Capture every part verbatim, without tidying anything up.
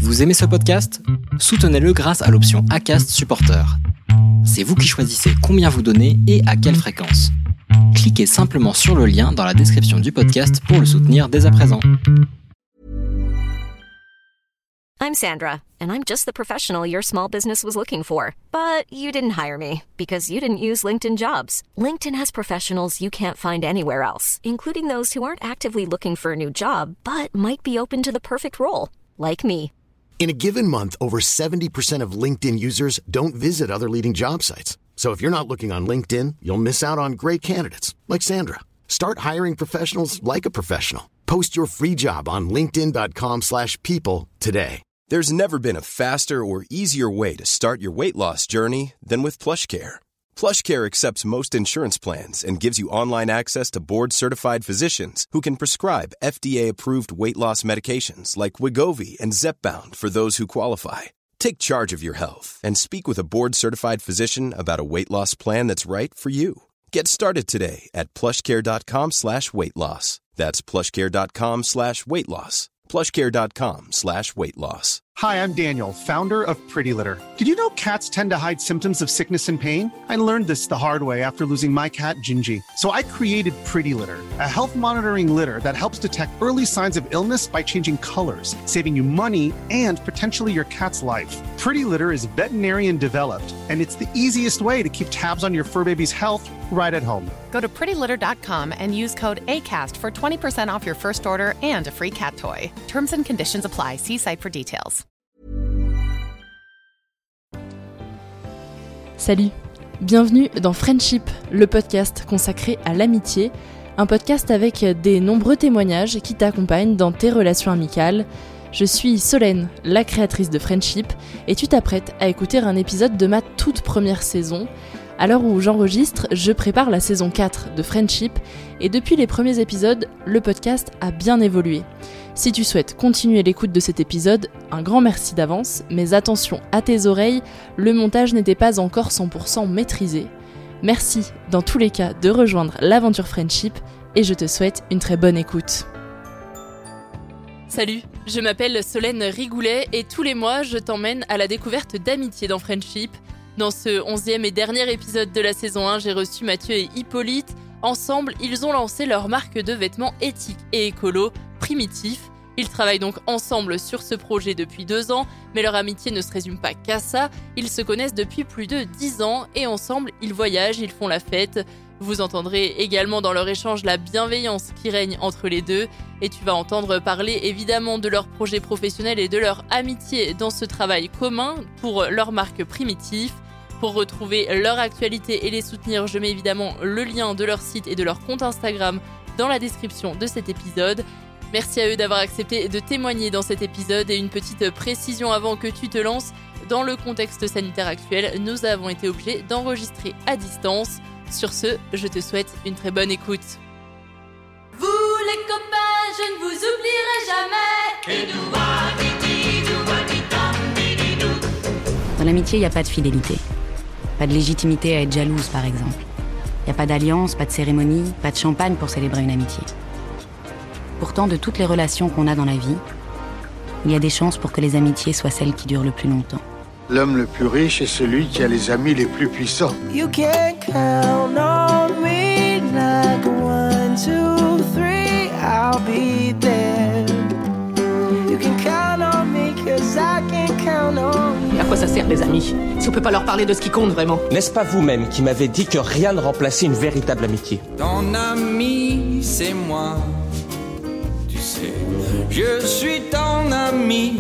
Vous aimez ce podcast ? Soutenez-le grâce à l'option Acast Supporter. C'est vous qui choisissez combien vous donnez et à quelle fréquence. Cliquez simplement sur le lien dans la description du podcast pour le soutenir dès à présent. I'm Sandra, and I'm just the professional your small business was looking for. But you didn't hire me because you didn't use LinkedIn Jobs. LinkedIn has professionals you can't find anywhere else, including those who aren't actively looking for a new job, but might be open to the perfect role, like me. In a given month, over seventy percent of LinkedIn users don't visit other leading job sites. So if you're not looking on LinkedIn, you'll miss out on great candidates like Sandra. Start hiring professionals like a professional. Post your free job on linkedin.com slash people today. There's never been a faster or easier way to start your weight loss journey than with PlushCare. PlushCare accepts most insurance plans and gives you online access to board-certified physicians who can prescribe F D A-approved weight loss medications like Wegovy and Zepbound for those who qualify. Take charge of your health and speak with a board-certified physician about a weight loss plan that's right for you. Get started today at plushcare.com slash weight loss. That's plushcare.com slash weight loss. plushcare.com slash weight loss. Hi, I'm Daniel, founder of Pretty Litter. Did you know cats tend to hide symptoms of sickness and pain? I learned this the hard way after losing my cat, Gingy. So I created Pretty Litter, a health monitoring litter that helps detect early signs of illness by changing colors, saving you money and potentially your cat's life. Pretty Litter is veterinarian developed, and it's the easiest way to keep tabs on your fur baby's health right at home. Go to pretty litter dot com and use code ACAST for twenty percent off your first order and a free cat toy. Terms and conditions apply. See site for details. Salut, bienvenue dans Friendship, le podcast consacré à l'amitié, un podcast avec des nombreux témoignages qui t'accompagnent dans tes relations amicales. Je suis Solène, la créatrice de Friendship, et tu t'apprêtes à écouter un épisode de ma toute première saison. À l'heure où j'enregistre, je prépare la saison quatre de Friendship, et depuis les premiers épisodes, le podcast a bien évolué. Si tu souhaites continuer l'écoute de cet épisode, un grand merci d'avance, mais attention à tes oreilles, le montage n'était pas encore cent pour cent maîtrisé. Merci, dans tous les cas, de rejoindre l'aventure Friendship, et je te souhaite une très bonne écoute. Salut, je m'appelle Solène Rigoulet, et tous les mois, je t'emmène à la découverte d'amitié dans Friendship. Dans ce onzième et dernier épisode de la saison un, j'ai reçu Mathieu et Hippolyte. Ensemble, ils ont lancé leur marque de vêtements éthiques et écolo, Primitif. Ils travaillent donc ensemble sur ce projet depuis deux ans, mais leur amitié ne se résume pas qu'à ça. Ils se connaissent depuis plus de dix ans et ensemble, ils voyagent, ils font la fête. Vous entendrez également dans leur échange la bienveillance qui règne entre les deux. Et tu vas entendre parler évidemment de leur projet professionnel et de leur amitié dans ce travail commun pour leur marque Primitif. Pour retrouver leur actualité et les soutenir, je mets évidemment le lien de leur site et de leur compte Instagram dans la description de cet épisode. Merci à eux d'avoir accepté de témoigner dans cet épisode, et une petite précision avant que tu te lances. Dans le contexte sanitaire actuel, nous avons été obligés d'enregistrer à distance. Sur ce, je te souhaite une très bonne écoute. Vous les copains, je ne vous oublierai jamais. Dans l'amitié, il n'y a pas de fidélité. Pas de légitimité à être jalouse, par exemple. Il n'y a pas d'alliance, pas de cérémonie, pas de champagne pour célébrer une amitié. Pourtant, de toutes les relations qu'on a dans la vie, il y a des chances pour que les amitiés soient celles qui durent le plus longtemps. L'homme le plus riche est celui qui a les amis les plus puissants. You can count on me like one, two, three, I'll be there. You can count on me cause I can count on you. Et à quoi ça sert les amis, si on peut pas leur parler de ce qui compte vraiment? N'est-ce pas vous-même qui m'avez dit que rien ne remplaçait une véritable amitié? Ton ami, c'est moi. Tu sais, je suis ton ami.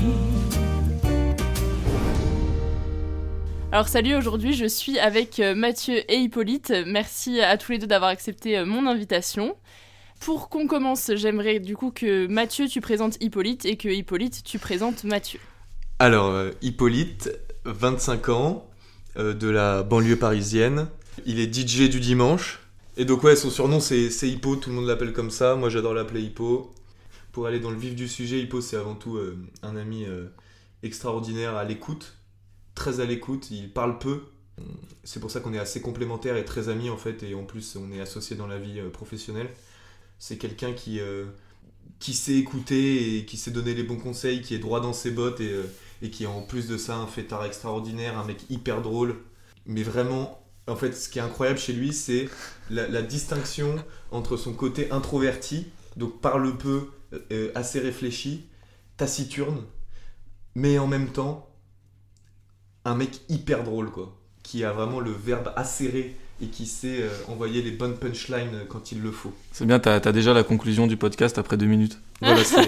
Alors salut, aujourd'hui je suis avec Mathieu et Hippolyte. Merci à tous les deux d'avoir accepté mon invitation. Pour qu'on commence, j'aimerais du coup que Mathieu tu présentes Hippolyte et que Hippolyte tu présentes Mathieu. Alors euh, Hippolyte, vingt-cinq ans, euh, de la banlieue parisienne. Il est D J du dimanche. Et donc ouais, son surnom c'est, c'est Hippo, tout le monde l'appelle comme ça. Moi j'adore l'appeler Hippo. Pour aller dans le vif du sujet, Hippo c'est avant tout euh, un ami euh, extraordinaire à l'écoute. Très à l'écoute, il parle peu. C'est pour ça qu'on est assez complémentaires et très amis en fait, et en plus on est associés dans la vie euh, professionnelle. C'est quelqu'un qui, euh, qui sait écouter et qui sait donner les bons conseils, qui est droit dans ses bottes et, euh, et qui est en plus de ça un fêtard extraordinaire, un mec hyper drôle. Mais vraiment, en fait, ce qui est incroyable chez lui, c'est la, la distinction entre son côté introverti, donc parle peu, euh, assez réfléchi, taciturne, mais en même temps, un mec hyper drôle, quoi, qui a vraiment le verbe acéré et qui sait euh, envoyer les bonnes punchlines quand il le faut. C'est bien, t'as, t'as déjà la conclusion du podcast après deux minutes. Voilà, c'est...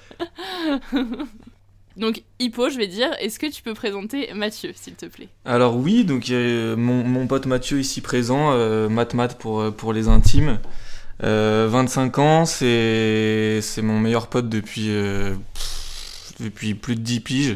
Donc, Hippo, je vais dire, est-ce que tu peux présenter Mathieu, s'il te plaît ? Alors oui, donc euh, mon, mon pote Mathieu ici présent, euh, Mat Mat pour, pour les intimes. Euh, vingt-cinq ans, c'est, c'est mon meilleur pote depuis, euh, pff, depuis plus de dix piges.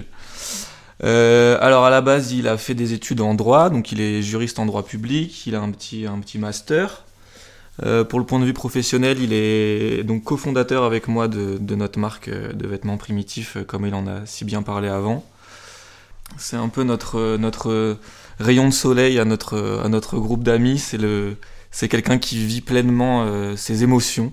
Euh, alors à la base, il a fait des études en droit, donc il est juriste en droit public, il a un petit, un petit master. Euh, pour le point de vue professionnel, il est donc cofondateur avec moi de, de notre marque de vêtements primitifs, comme il en a si bien parlé avant. C'est un peu notre, notre rayon de soleil à notre, à notre groupe d'amis. C'est, le, c'est quelqu'un qui vit pleinement euh, ses émotions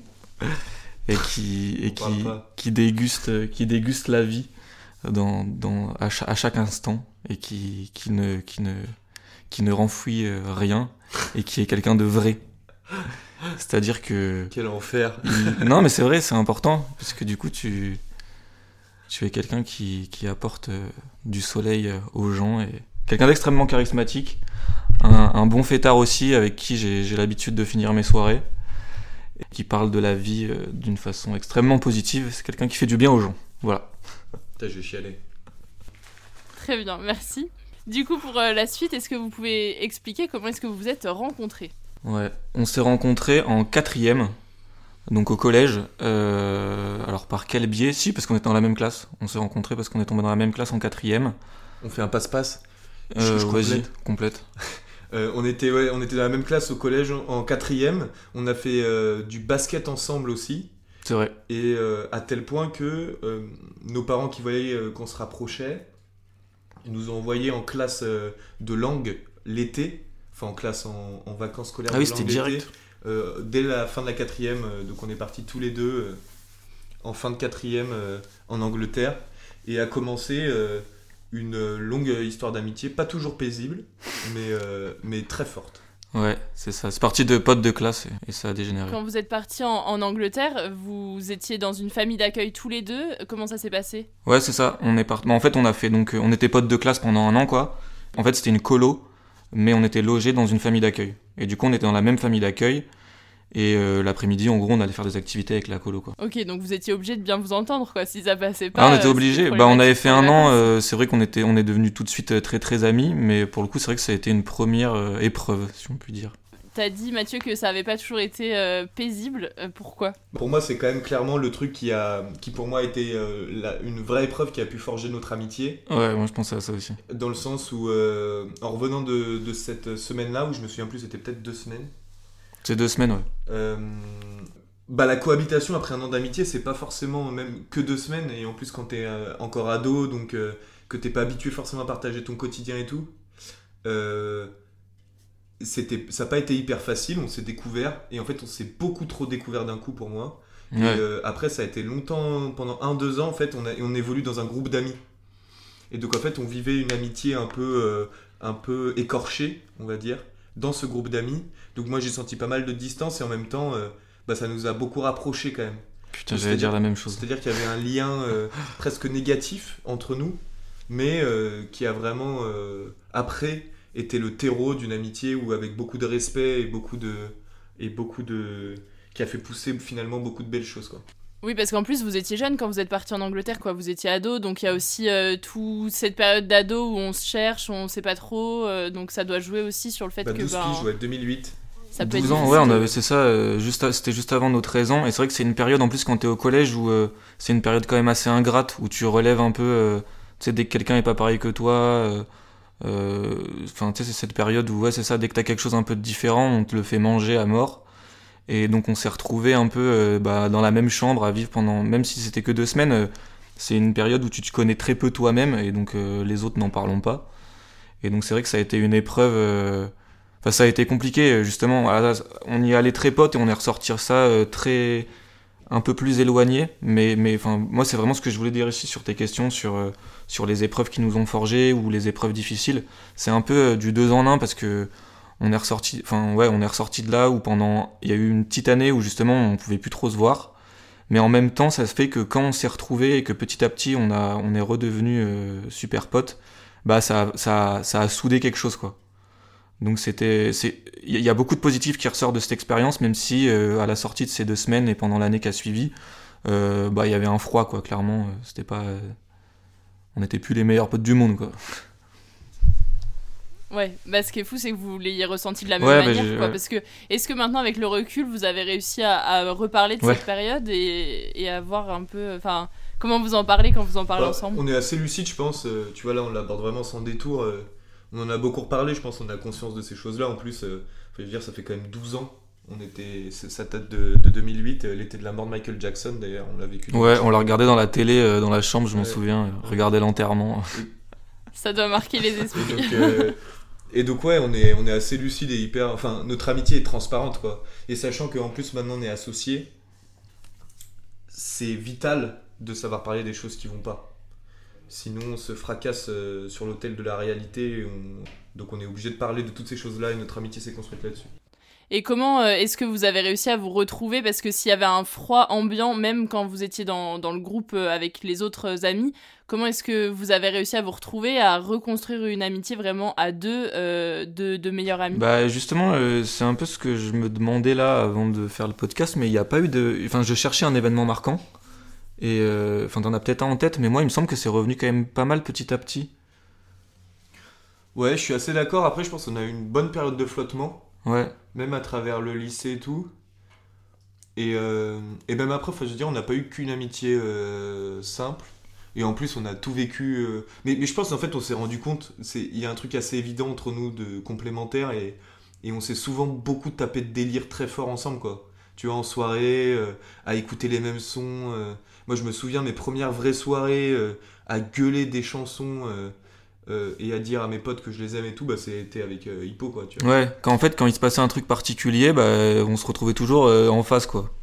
et qui, et qui, qui, déguste, qui déguste la vie dans, dans, à, chaque, à chaque instant et qui, qui, ne, qui, ne, qui ne renfouit rien et qui est quelqu'un de vrai. C'est-à-dire que... Quel enfer. Il... Non, mais c'est vrai, c'est important, parce que du coup, tu, tu es quelqu'un qui, qui apporte euh, du soleil euh, aux gens, et quelqu'un d'extrêmement charismatique, un, un bon fêtard aussi, avec qui j'ai, j'ai l'habitude de finir mes soirées, et qui parle de la vie euh, d'une façon extrêmement positive. C'est quelqu'un qui fait du bien aux gens, voilà. Putain, je vais chialer. Très bien, merci. Du coup, pour euh, la suite, est-ce que vous pouvez expliquer comment est-ce que vous vous êtes rencontrés ? Ouais, on s'est rencontrés en quatrième, donc au collège. Euh, alors par quel biais ? Si, parce qu'on était dans la même classe. On s'est rencontrés parce qu'on est tombé dans la même classe en quatrième. On fait un passe-passe. Euh, je, je vas-y, complète. euh, on était, ouais, on était dans la même classe au collège en quatrième. On a fait euh, du basket ensemble aussi. C'est vrai. Et euh, à tel point que euh, nos parents qui voyaient euh, qu'on se rapprochait, ils nous ont envoyés en classe euh, de langue l'été. Enfin, en classe, en, en vacances scolaires. Ah oui, c'était direct. Euh, dès la fin de la quatrième, euh, donc on est partis tous les deux euh, en fin de quatrième euh, en Angleterre, et a commencé euh, une longue histoire d'amitié, pas toujours paisible, mais, euh, mais très forte. Ouais, c'est ça. C'est parti de potes de classe et, et ça a dégénéré. Quand vous êtes partis en, en Angleterre, vous étiez dans une famille d'accueil tous les deux. Comment ça s'est passé ? Ouais, c'est ça. On est parti. En fait, on a fait donc, on était potes de classe pendant un an, quoi. En fait, c'était une colo. Mais on était logés dans une famille d'accueil. Et du coup, on était dans la même famille d'accueil. Et euh, l'après-midi, en gros, on allait faire des activités avec la colo, quoi. Ok, donc vous étiez obligés de bien vous entendre, quoi. Si ça passait pas... Ah, on était euh, obligés. Bah, on avait fait un an. Euh, c'est vrai qu'on était, on est devenus tout de suite très, très amis. Mais pour le coup, c'est vrai que ça a été une première euh, épreuve, si on peut dire. T'as dit, Mathieu, que ça avait pas toujours été euh, paisible. Euh, pourquoi ? Pour moi, c'est quand même clairement le truc qui, a, qui pour moi, a été euh, la, une vraie épreuve qui a pu forger notre amitié. Ouais, moi, je pensais à ça aussi. Dans le sens où, euh, en revenant de, de cette semaine-là, où je me souviens plus, c'était peut-être deux semaines. C'est deux semaines, ouais. Euh, bah, la cohabitation après un an d'amitié, c'est pas forcément même que deux semaines. Et en plus, quand t'es euh, encore ado, donc euh, que t'es pas habitué forcément à partager ton quotidien et tout... Euh, C'était, ça n'a pas été hyper facile, on s'est découvert, et en fait on s'est beaucoup trop découvert d'un coup pour moi. Ouais. Et euh, après ça a été longtemps, pendant un, deux ans en fait, on, a, on évolue dans un groupe d'amis. Et donc en fait on vivait une amitié un peu, euh, un peu écorchée, on va dire, dans ce groupe d'amis. Donc moi j'ai senti pas mal de distance, et en même temps euh, bah, ça nous a beaucoup rapprochés quand même. Putain, j'allais dire la même chose. C'est-à-dire qu'il y avait un lien euh, presque négatif entre nous, mais euh, qui a vraiment, euh, après... était le terreau d'une amitié où avec beaucoup de respect et beaucoup de et beaucoup de qui a fait pousser finalement beaucoup de belles choses, quoi. Oui, parce qu'en plus vous étiez jeune quand vous êtes partis en Angleterre, quoi. Vous étiez ado, donc il y a aussi euh, toute cette période d'ado où on se cherche, on sait pas trop, euh, donc ça doit jouer aussi sur le fait bah, que douze bah, piges, ouais, deux mille huit. Ça peut douze être ans, ouais, on avait, c'est ça, euh, juste, à, c'était juste avant nos treize ans, et c'est vrai que c'est une période en plus quand t'es au collège où euh, c'est une période quand même assez ingrate, où tu relèves un peu, euh, tu sais, dès que quelqu'un est pas pareil que toi. Euh, Enfin, euh, tu sais, c'est cette période où, ouais, c'est ça, dès que t'as quelque chose un peu de différent, on te le fait manger à mort. Et donc, on s'est retrouvés un peu euh, bah, dans la même chambre à vivre pendant, même si c'était que deux semaines, euh, c'est une période où tu te connais très peu toi-même, et donc euh, les autres n'en parlons pas. Et donc, c'est vrai que ça a été une épreuve. Euh... Enfin, ça a été compliqué, justement. On y allait très potes et on est ressorti ça euh, très. un peu plus éloignés, mais, mais enfin, moi c'est vraiment ce que je voulais dire ici sur tes questions, sur, euh, sur les épreuves qui nous ont forgés ou les épreuves difficiles. C'est un peu euh, du deux en un parce que on est ressorti, enfin ouais, on est ressorti de là où pendant, il y a eu une petite année où justement on pouvait plus trop se voir, mais en même temps ça se fait que quand on s'est retrouvés et que petit à petit on a, on est redevenus euh, super potes, bah ça, ça, ça a soudé quelque chose quoi. Donc c'était, c'est, il y a beaucoup de positifs qui ressortent de cette expérience, même si euh, à la sortie de ces deux semaines et pendant l'année qui a suivi, euh, bah il y avait un froid quoi, clairement, euh, c'était pas, euh, on n'était plus les meilleurs potes du monde quoi. Ouais, bah ce qui est fou, c'est que vous l'ayez ressenti de la même ouais, manière, bah quoi. Ouais. Parce que, est-ce que maintenant, avec le recul, vous avez réussi à, à reparler de Ouais. cette période et, et à voir un peu, enfin, comment vous en parlez quand vous en parlez Bah, ensemble? On est assez lucide, je pense. Euh, tu vois, là, on l'aborde vraiment sans détour. Euh, on en a beaucoup reparlé, je pense. On a conscience de ces choses-là. En plus, euh, faut dire, ça fait quand même douze ans. On était, ça date de, de deux mille huit, euh, l'été de la mort de Michael Jackson. D'ailleurs, on l'a vécu. Ouais, on l'a regardé dans la télé, euh, dans la chambre, je m'en Ouais. souviens. Euh, regarder l'enterrement. Ça doit marquer les esprits. Et donc, euh, et donc ouais, on est, on est assez lucide et hyper... Enfin, notre amitié est transparente, quoi. Et sachant qu'en plus, maintenant, on est associés, c'est vital de savoir parler des choses qui vont pas. Sinon, on se fracasse euh, sur l'autel de la réalité. Et on... Donc on est obligé de parler de toutes ces choses-là et notre amitié s'est construite là-dessus. Et comment euh, est-ce que vous avez réussi à vous retrouver? Parce que s'il y avait un froid ambiant, même quand vous étiez dans, dans le groupe euh, avec les autres amis, comment est-ce que vous avez réussi à vous retrouver, à reconstruire une amitié vraiment à deux, euh, de, de meilleurs amis? Bah justement, euh, c'est un peu ce que je me demandais là avant de faire le podcast, mais il n'y a pas eu de... Enfin, je cherchais un événement marquant, et euh, enfin, t'en as peut-être un en tête, mais moi, il me semble que c'est revenu quand même pas mal petit à petit. Ouais, je suis assez d'accord. Après, je pense qu'on a eu une bonne période de flottement. Ouais. Même à travers le lycée et tout. Et, euh, et même après, faut se dire, on n'a pas eu qu'une amitié euh, simple. Et en plus, on a tout vécu. Euh... Mais, mais je pense, en fait, on s'est rendu compte, il y a un truc assez évident entre nous de complémentaires. Et, et on s'est souvent beaucoup tapé de délire très fort ensemble, quoi. Tu vois, en soirée, euh, à écouter les mêmes sons. Euh... Moi, je me souviens, mes premières vraies soirées, euh, à gueuler des chansons... Euh... Euh, et à dire à mes potes que je les aime et tout, bah c'était avec euh, Hippo quoi, tu vois. Ouais, quand en fait quand il se passait un truc particulier, bah on se retrouvait toujours euh, en face quoi.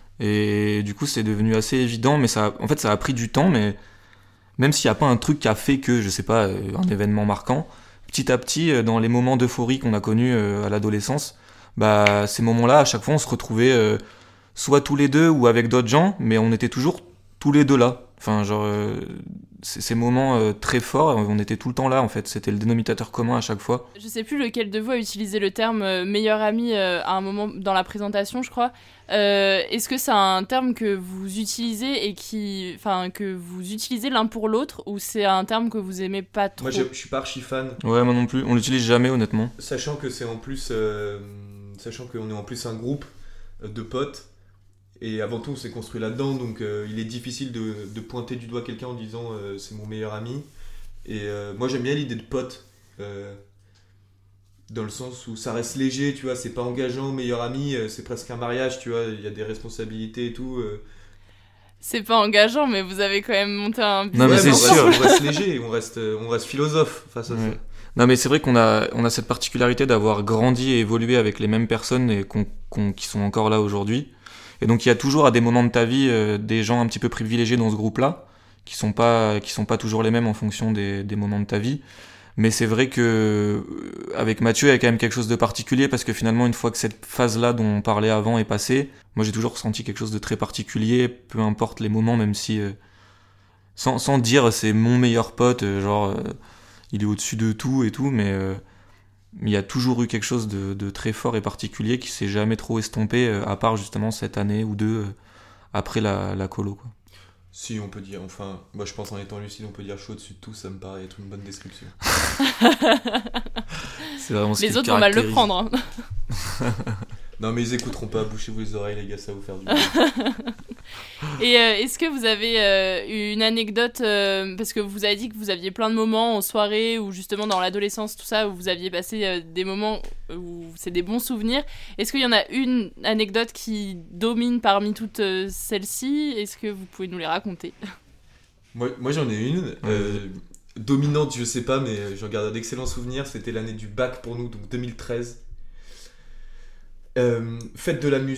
Et du coup c'est devenu assez évident, mais ça, en fait ça a pris du temps, mais même s'il n'y a pas un truc qui a fait que, je sais pas, euh, un événement marquant, petit à petit euh, dans les moments d'euphorie qu'on a connus euh, à l'adolescence, bah ces moments-là à chaque fois on se retrouvait euh, soit tous les deux ou avec d'autres gens, mais on était toujours tous les deux là. Enfin genre euh, ces moments euh, très forts, on était tout le temps là en fait, c'était le dénominateur commun à chaque fois. Je sais plus lequel de vous a utilisé le terme euh, meilleur ami euh, à un moment dans la présentation, je crois. Euh, est-ce que c'est un terme que vous utilisez et qui, enfin que vous utilisez l'un pour l'autre, ou c'est un terme que vous aimez pas trop? Moi je suis pas archi fan. Ouais, moi non plus, on l'utilise jamais honnêtement. Sachant que c'est en plus, euh, sachant qu'on est en plus un groupe de potes. Et avant tout, on s'est construit là-dedans, donc euh, il est difficile de, de pointer du doigt quelqu'un en disant euh, c'est mon meilleur ami. Et euh, moi, j'aime bien l'idée de pote, euh, dans le sens où ça reste léger, tu vois, c'est pas engageant, meilleur ami, euh, c'est presque un mariage, tu vois, il y a des responsabilités et tout. Euh. C'est pas engageant, mais vous avez quand même monté un business. Non, mais c'est on sûr. Reste, on reste léger, on reste, on reste philosophe face à Ouais. ça. Non mais c'est vrai qu'on a, on a cette particularité d'avoir grandi et évolué avec les mêmes personnes et qu'on, qu'on, qui sont encore là aujourd'hui. Et donc il y a toujours à des moments de ta vie euh, des gens un petit peu privilégiés dans ce groupe-là, qui sont pas, qui sont pas toujours les mêmes en fonction des, des moments de ta vie. Mais c'est vrai que euh, avec Mathieu, il y a quand même quelque chose de particulier parce que finalement, une fois que cette phase-là dont on parlait avant est passée, moi j'ai toujours ressenti quelque chose de très particulier, peu importe les moments, même si euh, sans, sans dire c'est mon meilleur pote, euh, genre euh, il est au-dessus de tout et tout, mais euh, il y a toujours eu quelque chose de, de très fort et particulier qui s'est jamais trop estompé, euh, à part justement cette année ou deux euh, après la, la colo, quoi. Si, on peut dire, enfin, moi je pense en étant lucide, on peut dire chaud au-dessus de tout, ça me paraît être une bonne description. C'est vraiment ce les qui autres vont mal le caractérise. prendre. Hein. Non mais ils écouteront pas, bouchez-vous les oreilles les gars, ça va vous faire du bien. Et euh, est-ce que vous avez euh, une anecdote, euh, parce que vous avez dit que vous aviez plein de moments en soirée ou justement dans l'adolescence, tout ça, où vous aviez passé euh, des moments où c'est des bons souvenirs. Est-ce qu'il y en a une anecdote qui domine parmi toutes euh, celles-ci? Est-ce que vous pouvez nous les raconter? Moi, moi j'en ai une, euh, dominante je sais pas, mais j'en garde d'excellents souvenirs, c'était l'année du bac pour nous, donc deux mille treize. Euh, fête de la musique,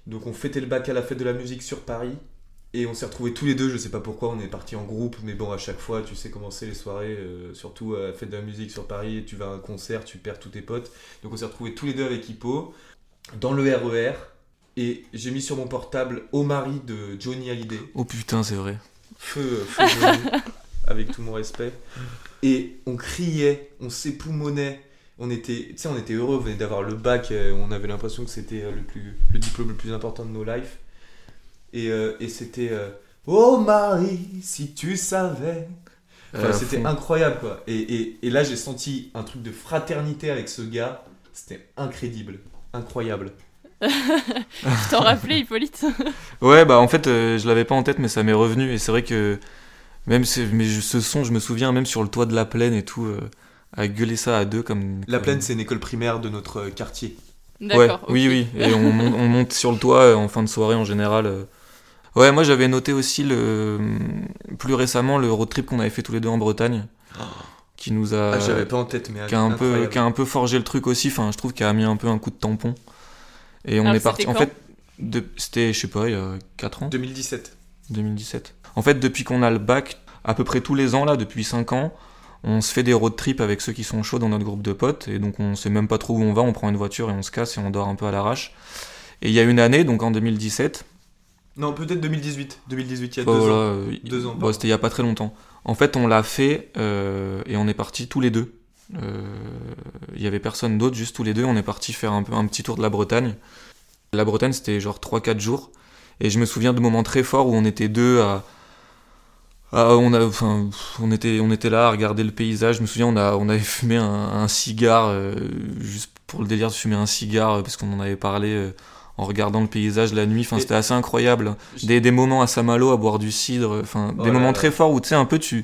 Donc on fêtait le bac à la fête de la musique sur Paris. Et on s'est retrouvés tous les deux, je sais pas pourquoi, on est partis en groupe, mais bon, à chaque fois, tu sais comment c'est les soirées, euh, surtout à la fête de la musique sur Paris, tu vas à un concert, tu perds tous tes potes. Donc on s'est retrouvés tous les deux avec Hippo, dans le R E R, et j'ai mis sur mon portable Au mari de Johnny Hallyday. Oh putain, c'est vrai. Feu, feu Johnny, avec tout mon respect. Et on criait, on s'époumonnait, on était, tu sais, on était heureux, on venait d'avoir le bac, on avait l'impression que c'était le, plus, le diplôme le plus important de nos lives. Et, euh, et c'était euh, oh Marie, si tu savais. Enfin, euh, c'était fond. incroyable quoi. Et, et, et là j'ai senti un truc de fraternité avec ce gars. C'était incroyable, incroyable. Tu t'en rappelais, Hippolyte? Ouais, bah en fait euh, je l'avais pas en tête, mais ça m'est revenu. Et c'est vrai que même mais ce son, je me souviens même sur le toit de la Plaine et tout, euh, à gueuler ça à deux comme. La comme... Plaine, c'est une école primaire de notre quartier. D'accord. Ouais, okay. Oui, oui. Et on, monte, on monte sur le toit euh, en fin de soirée en général. Euh... Ouais, moi j'avais noté aussi le plus récemment le road trip qu'on avait fait tous les deux en Bretagne, oh. qui nous a, ah, j'avais pas en tête, mais qui a un peu, qui a un peu forgé le truc aussi. Enfin, je trouve qu'il a mis un peu un coup de tampon. Et on ah, est parti. En fait, de, c'était, je sais pas, il y a quatre ans. deux mille dix-sept. deux mille dix-sept. En fait, depuis qu'on a le bac, à peu près tous les ans là, depuis cinq ans, on se fait des road trips avec ceux qui sont chauds dans notre groupe de potes. Et donc on sait même pas trop où on va. On prend une voiture et on se casse et on dort un peu à l'arrache. Et il y a une année, donc en deux mille dix-sept. Non, peut-être deux mille dix-huit. deux mille dix-huit, il y a oh, deux, là, ans. Euh, deux ans. Bon, c'était il y a pas très longtemps. En fait, on l'a fait euh, et on est partis tous les deux. Il euh, y avait personne d'autre, juste tous les deux. On est partis faire un, peu, un petit tour de la Bretagne. La Bretagne, c'était genre trois quatre jours. Et je me souviens de moments très forts où on était deux à... à on, a, enfin, on, était, on était là à regarder le paysage. Je me souviens, on, a, on avait fumé un, un cigare, euh, juste pour le délire de fumer un cigare, parce qu'on en avait parlé... Euh, en regardant le paysage la nuit, enfin c'était assez incroyable. Des, des moments à Saint-Malo à boire du cidre, enfin oh des moments là. Très forts où tu sais un peu tu,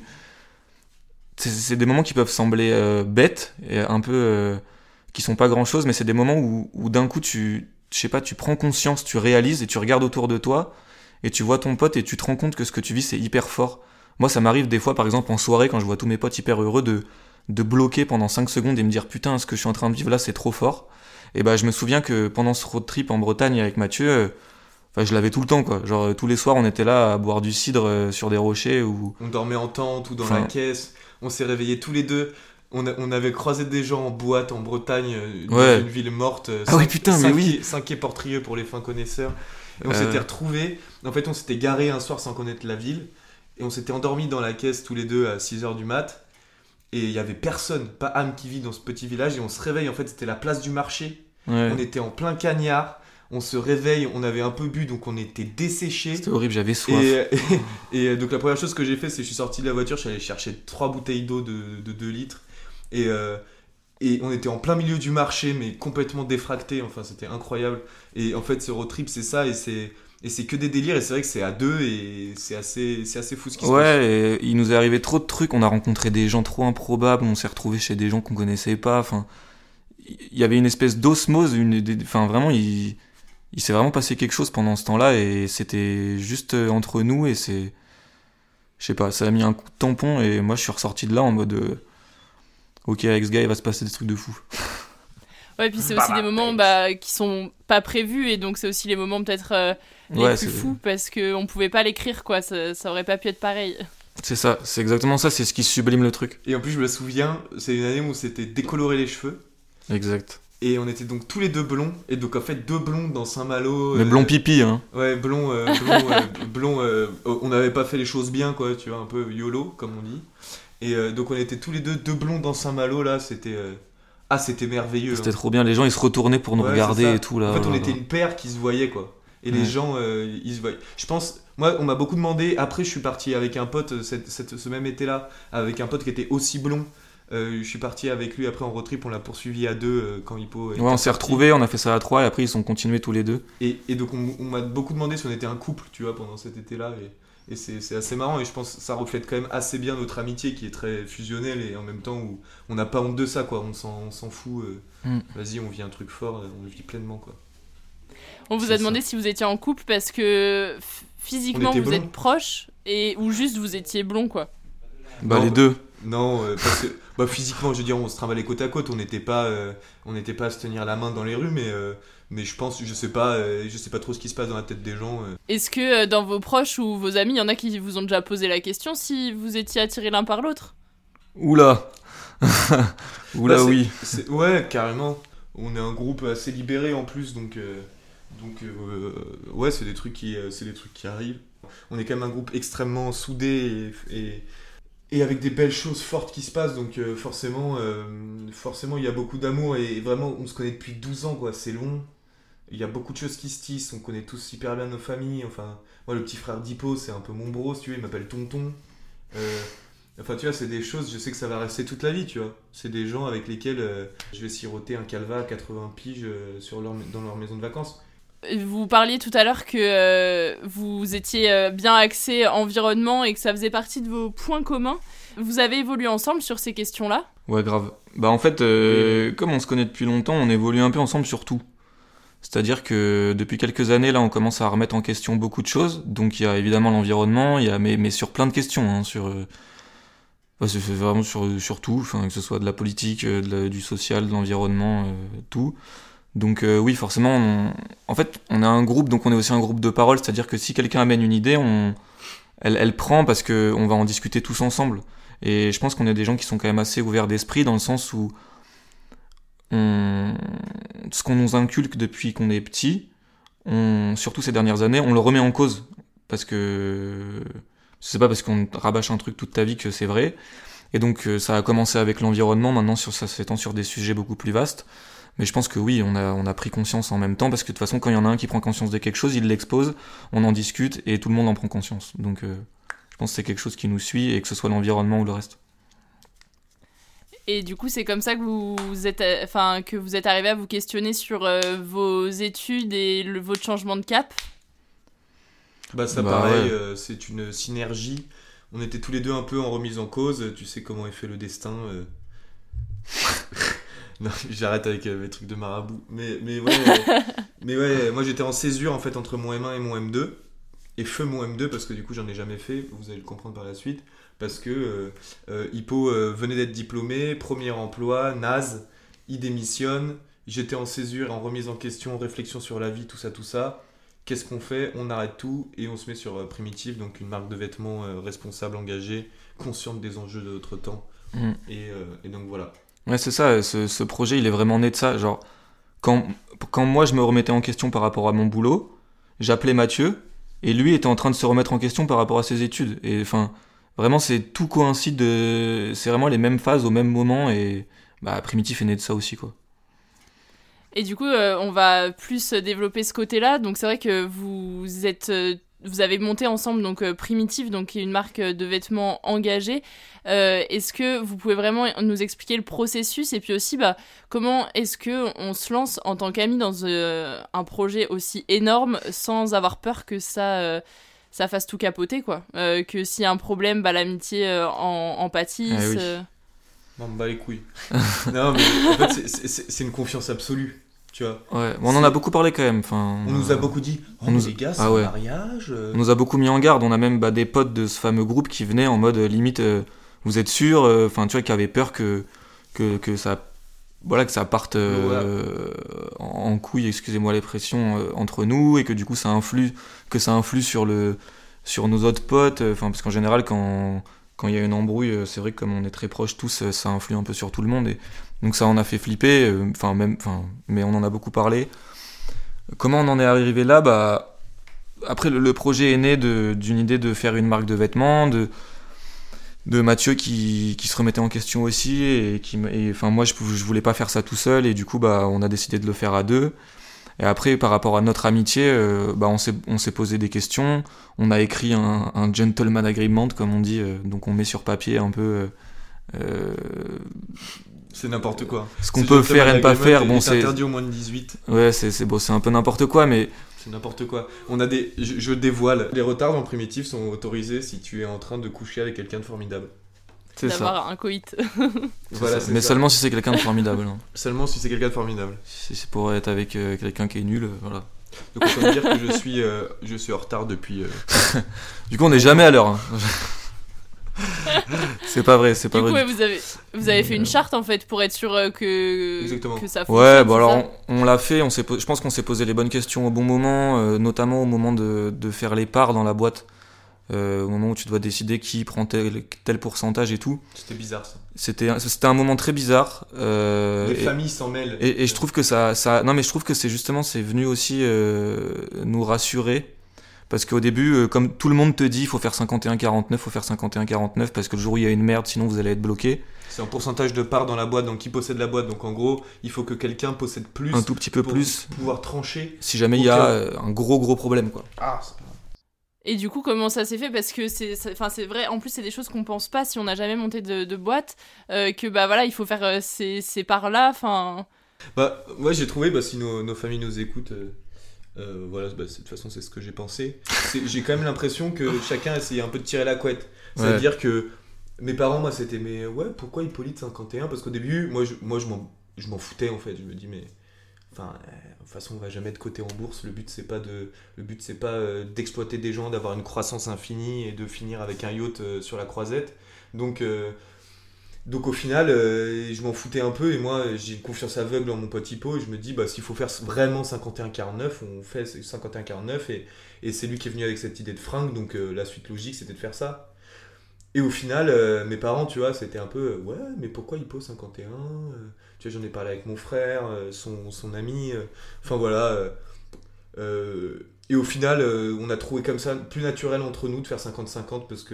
c'est, c'est des moments qui peuvent sembler euh, bêtes et un peu euh, qui sont pas grand chose, mais c'est des moments où, où d'un coup tu, je sais pas, tu prends conscience, tu réalises et tu regardes autour de toi et tu vois ton pote et tu te rends compte que ce que tu vis c'est hyper fort. Moi ça m'arrive des fois par exemple en soirée quand je vois tous mes potes hyper heureux de de bloquer pendant cinq secondes et me dire putain ce que je suis en train de vivre là c'est trop fort. Et bah je me souviens que pendant ce road trip en Bretagne avec Mathieu, euh, enfin je l'avais tout le temps quoi. Genre euh, tous les soirs on était là à boire du cidre euh, sur des rochers ou. On dormait en tente ou dans enfin... la caisse. On s'est réveillés tous les deux. On, a, on avait croisé des gens en boîte en Bretagne, euh, dans ouais. une ville morte. Euh, ah cinq, oui putain mais oui. cinq quai Portrieux pour les fins connaisseurs. Et on euh... s'était retrouvés. En fait on s'était garés un soir sans connaître la ville et on s'était endormis dans la caisse tous les deux à six heures du mat. Et il y avait personne, pas âme qui vit dans ce petit village. Et on se réveille, en fait c'était la place du marché. Ouais. On était en plein cagnard, on se réveille, on avait un peu bu donc on était desséchés. C'était horrible, j'avais soif. Et, et, et donc la première chose que j'ai fait c'est que je suis sorti de la voiture, je suis allé chercher trois bouteilles d'eau de, de deux litres. Et, euh, et on était en plein milieu du marché mais complètement défractés, enfin c'était incroyable. Et en fait ce road trip c'est ça et c'est, et c'est que des délires et c'est vrai que c'est à deux et c'est assez, c'est assez fou ce qui se ouais, passe. Ouais, et il nous est arrivé trop de trucs, on a rencontré des gens trop improbables, on s'est retrouvés chez des gens qu'on connaissait pas, enfin... Il y avait une espèce d'osmose, une, enfin vraiment, il, il s'est vraiment passé quelque chose pendant ce temps-là et c'était juste entre nous et c'est, je sais pas, ça a mis un coup de tampon et moi je suis ressorti de là en mode, euh, ok avec ce gars il va se passer des trucs de fou. Ouais, puis c'est aussi bah, des moments bah, qui sont pas prévus et donc c'est aussi les moments peut-être euh, les ouais, plus fous parce qu'on pouvait pas l'écrire quoi, ça, ça aurait pas pu être pareil. C'est ça, c'est exactement ça, c'est ce qui sublime le truc. Et en plus je me souviens, c'est une année où c'était décoloré les cheveux. Exact. Et on était donc tous les deux blonds, et donc en fait deux blonds dans Saint-Malo. Mais euh, blond pipi, hein. Ouais, blond, euh, blond, euh, blond euh, on n'avait pas fait les choses bien, quoi, tu vois, un peu YOLO, comme on dit. Et euh, donc on était tous les deux, deux blonds dans Saint-Malo, là, c'était... Euh... Ah, c'était merveilleux. C'était hein. trop bien, les gens ils se retournaient pour nous ouais, regarder et tout, là. En fait, on là, était là. une paire qui se voyait, quoi. Et ouais. les gens, euh, ils se voyaient. Je pense... Moi, on m'a beaucoup demandé, après je suis parti avec un pote, cette, cette, ce même été-là, avec un pote qui était aussi blond. Euh, je suis parti avec lui après en road trip, on l'a poursuivi à deux euh, quand Hippo. Ouais, on s'est retrouvés, on a fait ça à trois et après ils sont continués tous les deux. Et, et donc on, on m'a beaucoup demandé si on était un couple, tu vois, pendant cet été-là. Et, et c'est, c'est assez marrant et je pense que ça reflète quand même assez bien notre amitié qui est très fusionnelle et en même temps où on n'a pas honte de ça, quoi. On s'en, on s'en fout. Euh, mm. Vas-y, on vit un truc fort, on le vit pleinement, quoi. On vous c'est a demandé ça. Si vous étiez en couple parce que f- physiquement vous blond. Êtes proches et ou juste vous étiez blond, quoi. Bah non, les deux. Non, euh, parce que bah, physiquement, je veux dire, on se trimballait côte à côte, on n'était pas, euh, on n'était pas à se tenir la main dans les rues, mais, euh, mais je pense, je sais pas, euh, je sais pas trop ce qui se passe dans la tête des gens. Euh. Est-ce que euh, dans vos proches ou vos amis, il y en a qui vous ont déjà posé la question si vous étiez attirés l'un par l'autre ? Oula Oula, bah, c'est, oui. C'est, ouais, carrément. On est un groupe assez libéré en plus, donc, euh, donc euh, ouais, c'est des trucs qui, euh, c'est des trucs qui arrivent. On est quand même un groupe extrêmement soudé et, et, et avec des belles choses fortes qui se passent, donc euh, forcément, euh, forcément, il y a beaucoup d'amour et vraiment, on se connaît depuis douze ans, quoi. C'est long. Il y a beaucoup de choses qui se tissent. On connaît tous hyper bien nos familles. Enfin, moi, le petit frère d'Hippo, c'est un peu mon bro, si tu veux. Il m'appelle Tonton. Euh, Enfin, tu vois, c'est des choses, je sais que ça va rester toute la vie, tu vois. C'est des gens avec lesquels euh, je vais siroter un calva à quatre-vingts piges euh, sur leur, dans leur maison de vacances. Vous parliez tout à l'heure que euh, vous étiez euh, bien axé environnement et que ça faisait partie de vos points communs. Vous avez évolué ensemble sur ces questions-là ? Ouais, grave. Bah en fait, euh, oui. Comme on se connaît depuis longtemps, on évolue un peu ensemble sur tout. C'est-à-dire que depuis quelques années, là, on commence à remettre en question beaucoup de choses. Donc il y a évidemment l'environnement, il y a, mais, mais sur plein de questions, hein, sur... Euh, Ouais, c'est vraiment sur, sur tout, enfin, que ce soit de la politique, de la, du social, de l'environnement, euh, tout. Donc euh, oui, forcément, on, en fait, on a un groupe, donc on est aussi un groupe de parole, c'est-à-dire que si quelqu'un amène une idée, on, elle, elle prend parce qu'on va en discuter tous ensemble. Et je pense qu'on est des gens qui sont quand même assez ouverts d'esprit, dans le sens où on, ce qu'on nous inculque depuis qu'on est petit, on, surtout ces dernières années, on le remet en cause. Parce que... c'est pas parce qu'on rabâche un truc toute ta vie que c'est vrai. Et donc euh, ça a commencé avec l'environnement, maintenant sur, ça s'étend sur des sujets beaucoup plus vastes. Mais je pense que oui, on a, on a pris conscience en même temps, parce que de toute façon, quand il y en a un qui prend conscience de quelque chose, il l'expose, on en discute, et tout le monde en prend conscience. Donc euh, je pense que c'est quelque chose qui nous suit, et que ce soit l'environnement ou le reste. Et du coup, c'est comme ça que vous êtes, enfin, que vous êtes arrivé à vous questionner sur euh, vos études et le, votre changement de cap ? Bah ça bah, pareil, ouais. euh, c'est une synergie. On était tous les deux un peu en remise en cause. Tu sais comment est fait le destin. Euh... non, j'arrête avec euh, mes trucs de marabout. Mais, mais, ouais, euh, mais ouais, moi j'étais en césure en fait entre mon M un et mon M deux. Et feu mon M deux parce que du coup j'en ai jamais fait. Vous allez le comprendre par la suite. Parce que euh, euh, Hippo euh, venait d'être diplômé, premier emploi, naze, il démissionne. J'étais en césure, en remise en question, réflexion sur la vie, tout ça, tout ça. Qu'est-ce qu'on fait ? On arrête tout et on se met sur euh, Primitive, donc une marque de vêtements euh, responsable, engagée, consciente des enjeux de notre temps. Mmh. Et, euh, et donc voilà. Ouais, c'est ça, ce, ce projet, il est vraiment né de ça. Genre, quand, quand moi, je me remettais en question par rapport à mon boulot, j'appelais Mathieu, et lui était en train de se remettre en question par rapport à ses études. Et enfin, vraiment, c'est tout coïncide, de, c'est vraiment les mêmes phases au même moment, et bah, Primitive est né de ça aussi, quoi. Et du coup, euh, on va plus développer ce côté-là. Donc c'est vrai que vous êtes, euh, vous avez monté ensemble donc euh, Primitive, donc qui est une marque de vêtements engagée. Euh, est-ce que vous pouvez vraiment nous expliquer le processus et puis aussi bah, comment est-ce que on se lance en tant qu'amis dans euh, un projet aussi énorme sans avoir peur que ça euh, ça fasse tout capoter quoi, euh, que s'il y a un problème, bah l'amitié euh, en, en pâtisse. Ah oui. euh... Non, me bat les couilles. Non, mais en fait, c'est, c'est, c'est une confiance absolue. Tu vois. Ouais, bon, on en a beaucoup parlé quand même. Enfin, on, on nous a beaucoup dit, oh, on nous... les gars, c'est ah ouais. un mariage. Euh... On nous a beaucoup mis en garde. On a même bah, des potes de ce fameux groupe qui venaient en mode limite, euh, vous êtes sûr, enfin, euh, tu vois, qui avaient peur que que que ça, voilà, que ça parte euh, ouais. en, en couille, excusez-moi l'expression, euh, entre nous et que du coup ça influe, que ça influe sur le sur nos autres potes. Enfin, parce qu'en général, quand quand il y a une embrouille, c'est vrai que comme on est très proches tous, ça influe un peu sur tout le monde. Et donc ça en a fait flipper, enfin euh, même, enfin, mais on en a beaucoup parlé. Comment on en est arrivé là ? Bah après le, le projet est né de, d'une idée de faire une marque de vêtements, de de Mathieu qui qui se remettait en question aussi et qui, et, enfin moi je je voulais pas faire ça tout seul et du coup bah on a décidé de le faire à deux. Et après par rapport à notre amitié, euh, bah on s'est on s'est posé des questions, on a écrit un, un gentleman agreement comme on dit, euh, donc on met sur papier un peu. Euh, C'est n'importe quoi. Ce qu'on peut faire et ne pas faire, bon, c'est interdit au moins de dix-huit. Ouais, c'est c'est bon, c'est un peu n'importe quoi, mais c'est n'importe quoi. On a des, je, je dévoile, les retards en Primitive sont autorisés si tu es en train de coucher avec quelqu'un de formidable. C'est D'avoir ça. un coït. Voilà, c'est mais ça. Seulement si c'est quelqu'un de formidable. Hein. Seulement si c'est quelqu'un de formidable. Si c'est pour être avec euh, quelqu'un qui est nul, euh, voilà. Donc on peut dire que je suis, euh, je suis en retard depuis. Euh... du coup, on n'est jamais à l'heure. Hein. C'est pas vrai, c'est pas du coup, vrai. Ouais, vous avez, vous avez fait une charte en fait pour être sûr que, Exactement. que ça fonctionne. Ouais, bon alors on, on l'a fait, on s'est, je pense qu'on s'est posé les bonnes questions au bon moment, euh, notamment au moment de, de faire les parts dans la boîte, euh, au moment où tu dois décider qui prend tel, tel pourcentage et tout. C'était bizarre ça. C'était, c'était un moment très bizarre. Euh, Les et, familles s'en mêlent. Et, et je trouve que ça, ça, non mais je trouve que c'est justement, c'est venu aussi euh, nous rassurer. Parce qu'au début, euh, comme tout le monde te dit, il faut faire cinquante et un quarante-neuf, il faut faire cinquante et un quarante-neuf, parce que le jour où il y a une merde, sinon vous allez être bloqué. C'est un pourcentage de parts dans la boîte, donc qui possède la boîte. Donc en gros, il faut que quelqu'un possède plus. Un tout petit peu pour plus. pouvoir trancher. Si jamais il y a euh, un gros gros problème, quoi. Ah, c'est... Et du coup, comment ça s'est fait ? Parce que c'est, enfin, c'est vrai, en plus, c'est des choses qu'on pense pas si on n'a jamais monté de, de boîte, euh, que bah voilà, il faut faire euh, ces, ces parts-là, enfin... Bah, moi j'ai trouvé, bah, si nos, nos familles nous écoutent... Euh... Euh, voilà, bah, de toute façon c'est ce que j'ai pensé. C'est, j'ai quand même l'impression que chacun essayait un peu de tirer la couette. C'est-à-dire ouais. que mes parents, moi c'était mais ouais, pourquoi Hippolyte cinquante et un ? Parce qu'au début, moi je, moi, je, m'en, je m'en foutais en fait. Je me dis mais enfin, euh, de toute façon on va jamais être coté en bourse. Le but c'est pas, de, le but, c'est pas euh, d'exploiter des gens, d'avoir une croissance infinie et de finir avec un yacht euh, sur la croisette. Donc euh, Donc au final, euh, je m'en foutais un peu et moi j'ai une confiance aveugle en mon pote Hippo et je me dis bah s'il faut faire vraiment cinquante et un quarante-neuf, on fait cinquante et un quarante-neuf et, et c'est lui qui est venu avec cette idée de fringue, donc euh, la suite logique c'était de faire ça. Et au final, euh, mes parents, tu vois, c'était un peu euh, ouais mais pourquoi Hippo cinquante et un euh, tu vois, j'en ai parlé avec mon frère, euh, son, son ami, euh, enfin voilà. Euh, euh, et au final, euh, on a trouvé comme ça plus naturel entre nous de faire cinquante cinquante parce que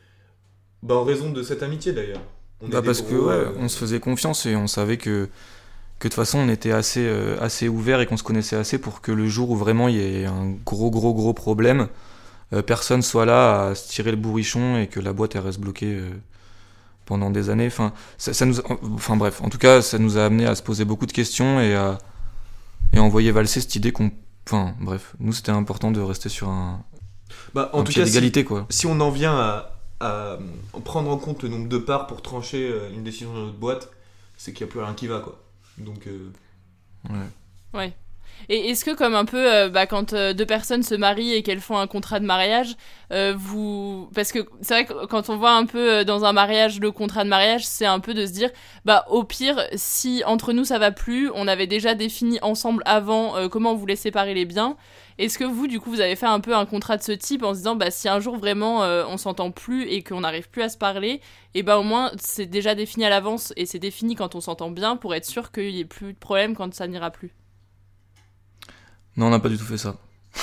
bah en raison de cette amitié d'ailleurs. On bah parce gros, que ouais, euh... on se faisait confiance et on savait que que de toute façon on était assez euh, assez ouvert et qu'on se connaissait assez pour que le jour où vraiment il y ait un gros gros gros problème, euh, personne soit là à se tirer le bourrichon et que la boîte elle reste bloquée euh, pendant des années. Enfin ça, ça nous, enfin bref, en tout cas ça nous a amené à se poser beaucoup de questions et à et à envoyer valser cette idée qu'on, enfin bref, nous c'était important de rester sur un, bah, en un tout pied cas, d'égalité si, quoi. Si on en vient à à prendre en compte le nombre de parts pour trancher une décision dans notre boîte, c'est qu'il n'y a plus rien qui va quoi. Donc euh... ouais. Ouais. Et est-ce que comme un peu euh, bah, quand euh, deux personnes se marient et qu'elles font un contrat de mariage, euh, vous parce que c'est vrai que quand on voit un peu euh, dans un mariage le contrat de mariage, c'est un peu de se dire bah au pire si entre nous ça va plus, on avait déjà défini ensemble avant euh, comment on voulait séparer les biens. Est-ce que vous, du coup, vous avez fait un peu un contrat de ce type en se disant, bah, si un jour vraiment euh, on s'entend plus et qu'on n'arrive plus à se parler, et bah au moins c'est déjà défini à l'avance et c'est défini quand on s'entend bien pour être sûr qu'il n'y ait plus de problème quand ça n'ira plus. Non, on n'a pas du tout fait ça.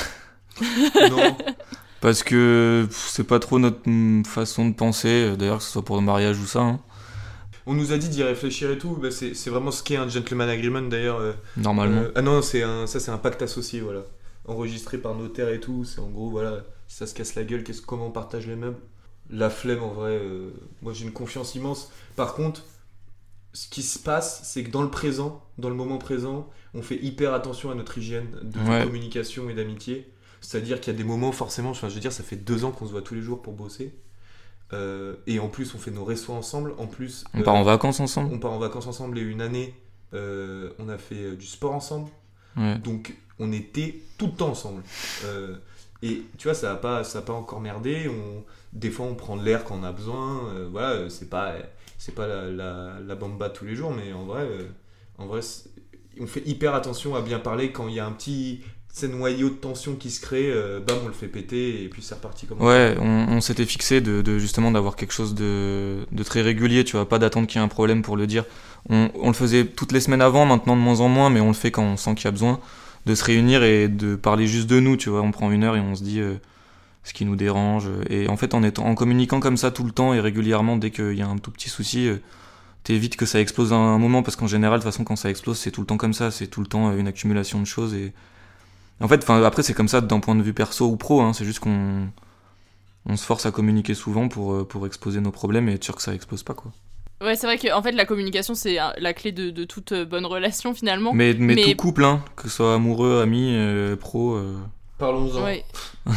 Non. Parce que c'est pas trop notre façon de penser, d'ailleurs, que ce soit pour le mariage ou ça. Hein. On nous a dit d'y réfléchir et tout, bah, c'est, c'est vraiment ce qu'est un gentleman agreement d'ailleurs. Euh, Normalement. Euh, ah non, c'est un, ça c'est un pacte associé, voilà. Enregistré par notaire et tout, c'est en gros voilà, si ça se casse la gueule, qu'est-ce, comment on partage les meubles. La flemme en vrai, euh, moi j'ai une confiance immense. Par contre, ce qui se passe, c'est que dans le présent, dans le moment présent, on fait hyper attention à notre hygiène de ouais. communication et d'amitié. C'est-à-dire qu'il y a des moments forcément, enfin je veux dire, ça fait deux ans qu'on se voit tous les jours pour bosser. Euh, et en plus on fait nos restos ensemble, en plus... On euh, part en vacances ensemble. On part en vacances ensemble et une année, euh, on a fait euh, du sport ensemble. Ouais. Donc on était tout le temps ensemble. Euh, et tu vois, ça n'a pas, ça a pas encore merdé. On, des fois, on prend de l'air quand on a besoin. Euh, voilà, c'est pas, c'est pas la, la, la bamba tous les jours, mais en vrai, euh, en vrai on fait hyper attention à bien parler quand il y a un petit... C'est noyau de tension qui se crée, euh, bam, on le fait péter et puis c'est reparti comme ça. Ouais, on, on s'était fixé de, de justement d'avoir quelque chose de, de très régulier, tu vois, pas d'attendre qu'il y ait un problème pour le dire. On, on le faisait toutes les semaines avant, maintenant de moins en moins, mais on le fait quand on sent qu'il y a besoin de se réunir et de parler juste de nous, tu vois. On prend une heure et on se dit euh, ce qui nous dérange. Et en fait, en, étant, en communiquant comme ça tout le temps et régulièrement, dès qu'il y a un tout petit souci, euh, t'évites que ça explose à un moment, parce qu'en général, de toute façon, quand ça explose, c'est tout le temps comme ça, c'est tout le temps une accumulation de choses et... En fait, après, c'est comme ça d'un point de vue perso ou pro, hein, c'est juste qu'on on se force à communiquer souvent pour, pour exposer nos problèmes et être sûr que ça explose pas, quoi. Ouais, c'est vrai que en fait, la communication, c'est la clé de, de toute bonne relation, finalement. Mais, mais, mais... tout couple, hein, que ce soit amoureux, ami, euh, pro... Euh... Parlons-en. Ouais.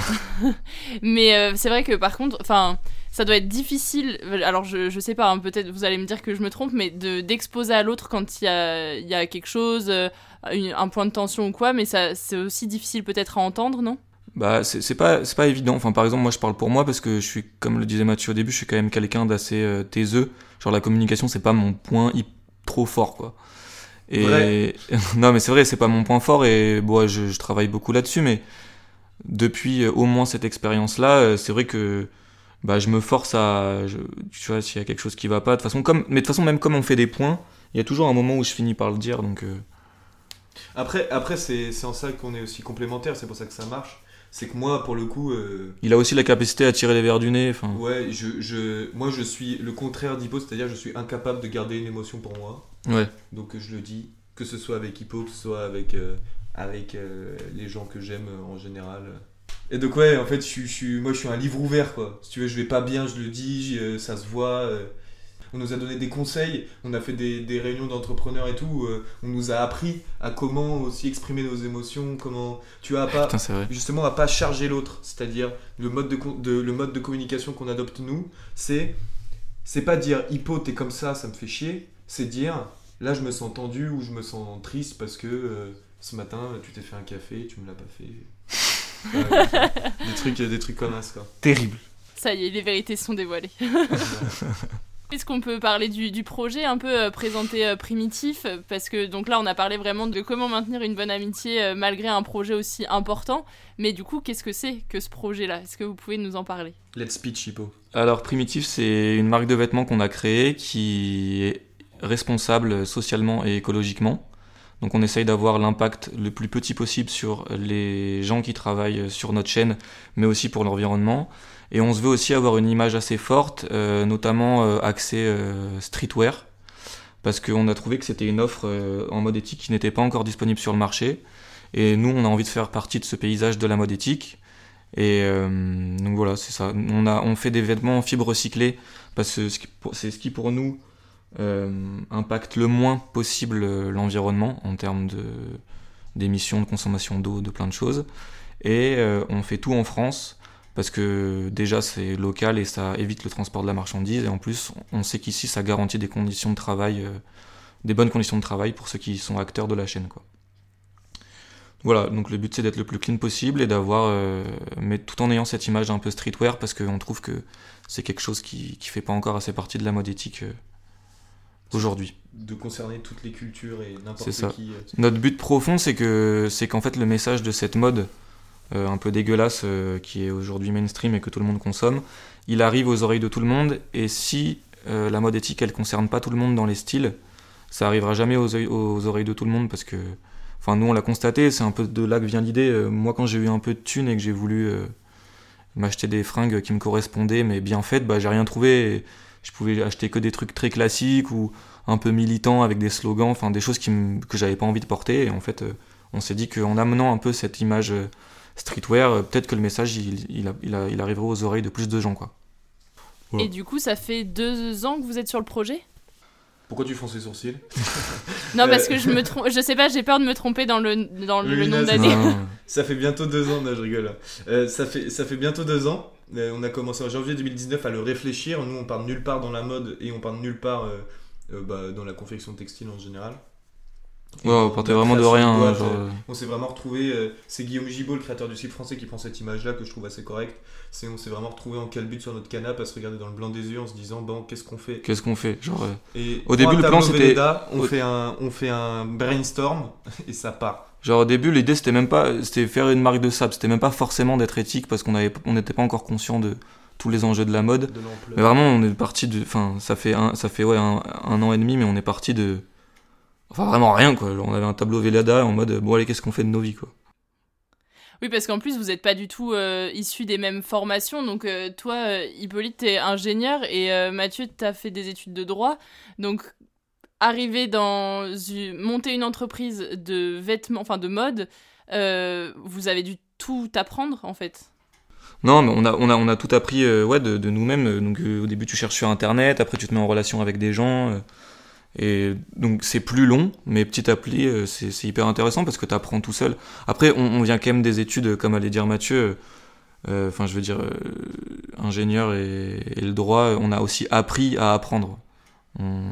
Mais euh, c'est vrai que, par contre, enfin... ça doit être difficile, alors je, je sais pas, hein, peut-être vous allez me dire que je me trompe, mais de, d'exposer à l'autre quand il y a, y a quelque chose, euh, une, un point de tension ou quoi, mais ça, c'est aussi difficile peut-être à entendre, non ? Bah, c'est, c'est pas, c'est pas évident. Enfin, par exemple, moi, je parle pour moi parce que je suis, comme le disait Mathieu au début, je suis quand même quelqu'un d'assez euh, taiseux. Genre, la communication, c'est pas mon point hip- trop fort, quoi. Et Vrai. non, mais c'est vrai, c'est pas mon point fort et bon, je, je travaille beaucoup là-dessus, mais depuis euh, au moins cette expérience-là, euh, c'est vrai que bah, je me force à, je, tu vois, s'il y a quelque chose qui va pas, de toute façon, comme, mais de toute façon, même comme on fait des points, il y a toujours un moment où je finis par le dire, donc. Euh... Après, après c'est, c'est en ça qu'on est aussi complémentaires, c'est pour ça que ça marche. C'est que moi, pour le coup... Euh... Il a aussi la capacité à tirer les verres du nez. Fin... Ouais, je, je, moi je suis le contraire d'Hippo, c'est-à-dire je suis incapable de garder une émotion pour moi. Ouais. Donc je le dis, que ce soit avec Hippo, que ce soit avec, euh, avec euh, les gens que j'aime euh, en général. Et donc ouais, en fait, je, je, je, moi je suis un livre ouvert, quoi. Si tu veux, je vais pas bien, je le dis, je, ça se voit... Euh... On nous a donné des conseils, on a fait des, des réunions d'entrepreneurs et tout, euh, on nous a appris à comment aussi exprimer nos émotions, comment tu vois, à pas, Putain, c'est vrai. justement à pas charger l'autre, c'est-à-dire le mode de, de, le mode de communication qu'on adopte nous, c'est, c'est pas dire Hippo t'es comme ça, ça me fait chier, c'est dire là je me sens tendu ou je me sens triste parce que euh, ce matin tu t'es fait un café, tu me l'as pas fait. Ouais, des, trucs, des trucs comme ça, quoi. Terrible. Ça y est, les vérités sont dévoilées. Est-ce qu'on peut parler du, du projet un peu euh, présenté euh, primitif, parce que donc là on a parlé vraiment de comment maintenir une bonne amitié euh, malgré un projet aussi important, mais du coup qu'est-ce que c'est que ce projet-là ? Est-ce que vous pouvez nous en parler ? Let's pitch Hippo. Alors Primitif, c'est une marque de vêtements qu'on a créée qui est responsable socialement et écologiquement. Donc on essaye d'avoir l'impact le plus petit possible sur les gens qui travaillent sur notre chaîne, mais aussi pour l'environnement. Et on se veut aussi avoir une image assez forte, euh, notamment euh, axée euh, streetwear, parce qu'on a trouvé que c'était une offre euh, en mode éthique qui n'était pas encore disponible sur le marché. Et nous, on a envie de faire partie de ce paysage de la mode éthique. Et euh, donc voilà, c'est ça. On, a, on fait des vêtements en fibre recyclée, parce que c'est ce qui pour nous euh, impacte le moins possible l'environnement en termes de, d'émissions, de consommation d'eau, de plein de choses. Et euh, on fait tout en France, parce que déjà c'est local et ça évite le transport de la marchandise, et en plus on sait qu'ici ça garantit des conditions de travail, euh, des bonnes conditions de travail pour ceux qui sont acteurs de la chaîne, quoi. Voilà, donc le but c'est d'être le plus clean possible et d'avoir, euh, mais tout en ayant cette image un peu streetwear, parce qu'on trouve que c'est quelque chose qui qui fait pas encore assez partie de la mode éthique euh, aujourd'hui. De concerner toutes les cultures et n'importe c'est ça. qui. Notre but profond c'est que c'est qu'en fait le message de cette mode Euh, un peu dégueulasse, euh, qui est aujourd'hui mainstream et que tout le monde consomme, il arrive aux oreilles de tout le monde, et si euh, la mode éthique elle concerne pas tout le monde dans les styles, ça arrivera jamais aux, oeil- aux oreilles de tout le monde, parce que enfin nous on l'a constaté, c'est un peu de là que vient l'idée. Euh, moi quand j'ai eu un peu de thunes et que j'ai voulu euh, m'acheter des fringues qui me correspondaient mais bien faites, bah j'ai rien trouvé, et je pouvais acheter que des trucs très classiques ou un peu militants avec des slogans, enfin des choses qui m- que j'avais pas envie de porter, et en fait euh, on s'est dit qu'en amenant un peu cette image euh, streetwear, peut-être que le message il, il, a, il, a, il arrivera aux oreilles de plus de gens, quoi. Voilà. Et du coup, ça fait deux ans que vous êtes sur le projet ? Pourquoi tu fronces les sourcils ? Non, parce que je me trompe, je sais pas, j'ai peur de me tromper dans le, dans le oui, nombre non, d'années. Ça fait bientôt deux ans, là, je rigole. Euh, ça, fait, ça fait bientôt deux ans. Euh, on a commencé en janvier deux mille dix-neuf à le réfléchir. Nous, on part de nulle part dans la mode et on part de nulle part euh, euh, bah, dans la confection textile en général. Ouais, on partait vraiment de rien. Boîte, genre... euh, on s'est vraiment retrouvé. Euh, c'est Guillaume Gibault, le créateur du site français, qui prend cette image-là que je trouve assez correcte. C'est, on s'est vraiment retrouvé en calbut sur notre canapé à se regarder dans le blanc des yeux en se disant bon, qu'est-ce qu'on fait Qu'est-ce qu'on fait genre, euh... Et au début, le plan c'était. Velleda, on, au... fait un, on fait un brainstorm et ça part. Genre au début, l'idée c'était même pas. C'était faire une marque de sable. C'était même pas forcément d'être éthique, parce qu'on avait, on n'était pas encore conscient de tous les enjeux de la mode. De mais vraiment, on est parti de. Enfin, ça fait, un, ça fait ouais, un, un an et demi, mais on est parti de. Enfin, vraiment rien, quoi. On avait un tableau Velleda en mode, bon, allez, qu'est-ce qu'on fait de nos vies, quoi. Oui, parce qu'en plus, vous n'êtes pas du tout euh, issus des mêmes formations. Donc, euh, toi, euh, Hippolyte, t'es ingénieur, et euh, Mathieu, t'as fait des études de droit. Donc, arriver dans... Une, monter une entreprise de vêtements, enfin, de mode, euh, vous avez dû tout apprendre, en fait. Non, mais on a, on a, on a tout appris euh, ouais, de, de nous-mêmes. Donc, euh, au début, tu cherches sur Internet, après, tu te mets en relation avec des gens... Euh... Et donc c'est plus long, mais petit à petit c'est, c'est hyper intéressant parce que tu apprends tout seul. Après on, on vient quand même des études, comme allait dire Mathieu, enfin euh, je veux dire euh, ingénieur et, et le droit, on a aussi appris à apprendre. On...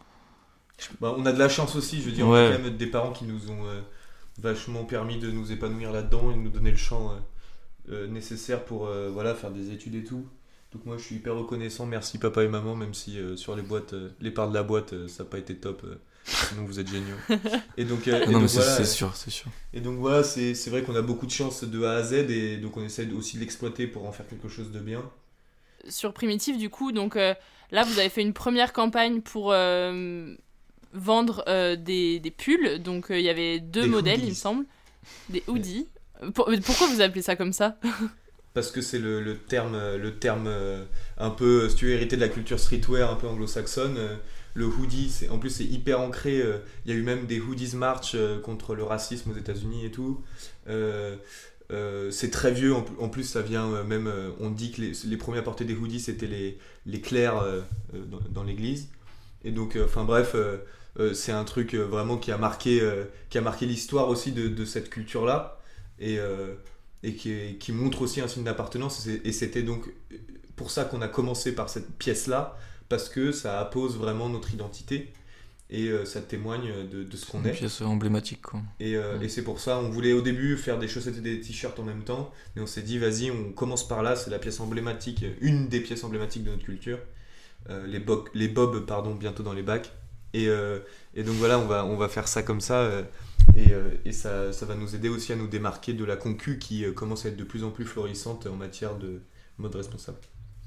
Bah, on a de la chance aussi, je veux dire, ouais. On a quand même des parents qui nous ont euh, vachement permis de nous épanouir là-dedans et de nous donner le champ, euh, euh, nécessaires pour euh, voilà, faire des études et tout. Donc moi je suis hyper reconnaissant, merci papa et maman, même si euh, sur les boîtes, euh, les parts de la boîte, euh, ça n'a pas été top, euh, sinon vous êtes géniaux. Et donc, euh, et non donc mais voilà, c'est, c'est sûr, c'est sûr. Et donc voilà, c'est, c'est vrai qu'on a beaucoup de chance de A à Z, et donc on essaie aussi de l'exploiter pour en faire quelque chose de bien. Sur Primitif, du coup, donc euh, là vous avez fait une première campagne pour euh, vendre euh, des, des pulls, donc il euh, y avait deux des modèles hoodies. il me semble, des hoodies. Pour, pourquoi vous appelez ça comme ça? Parce que c'est le, le terme, le terme euh, un peu, si tu veux, hérité de la culture streetwear un peu anglo-saxonne. Euh, le hoodie, c'est, en plus c'est hyper ancré. Il euh, y a eu même des hoodies march euh, contre le racisme aux États-Unis et tout. Euh, euh, c'est très vieux, en, en plus ça vient euh, même, euh, on dit que les, les premiers à porter des hoodies c'était les, les clercs euh, euh, dans, dans l'église. Et donc, enfin euh, bref, euh, euh, c'est un truc euh, vraiment qui a marqué, euh, qui a marqué l'histoire aussi de, de cette culture-là. Et. Euh, et qui, est, qui montre aussi un signe d'appartenance, et c'était donc pour ça qu'on a commencé par cette pièce-là, parce que ça appose vraiment notre identité, et euh, ça témoigne de, de ce qu'on est. Une pièce emblématique, quoi. Et, euh, ouais. Et c'est pour ça, on voulait au début faire des chaussettes et des t-shirts en même temps, mais on s'est dit, vas-y, on commence par là, c'est la pièce emblématique, une des pièces emblématiques de notre culture, euh, les, bo- les bobs, pardon, bientôt dans les bacs, et, euh, et donc voilà, on va, on va faire ça comme ça, euh, Et, euh, et ça, ça va nous aider aussi à nous démarquer de la concu qui euh, commence à être de plus en plus florissante en matière de mode responsable.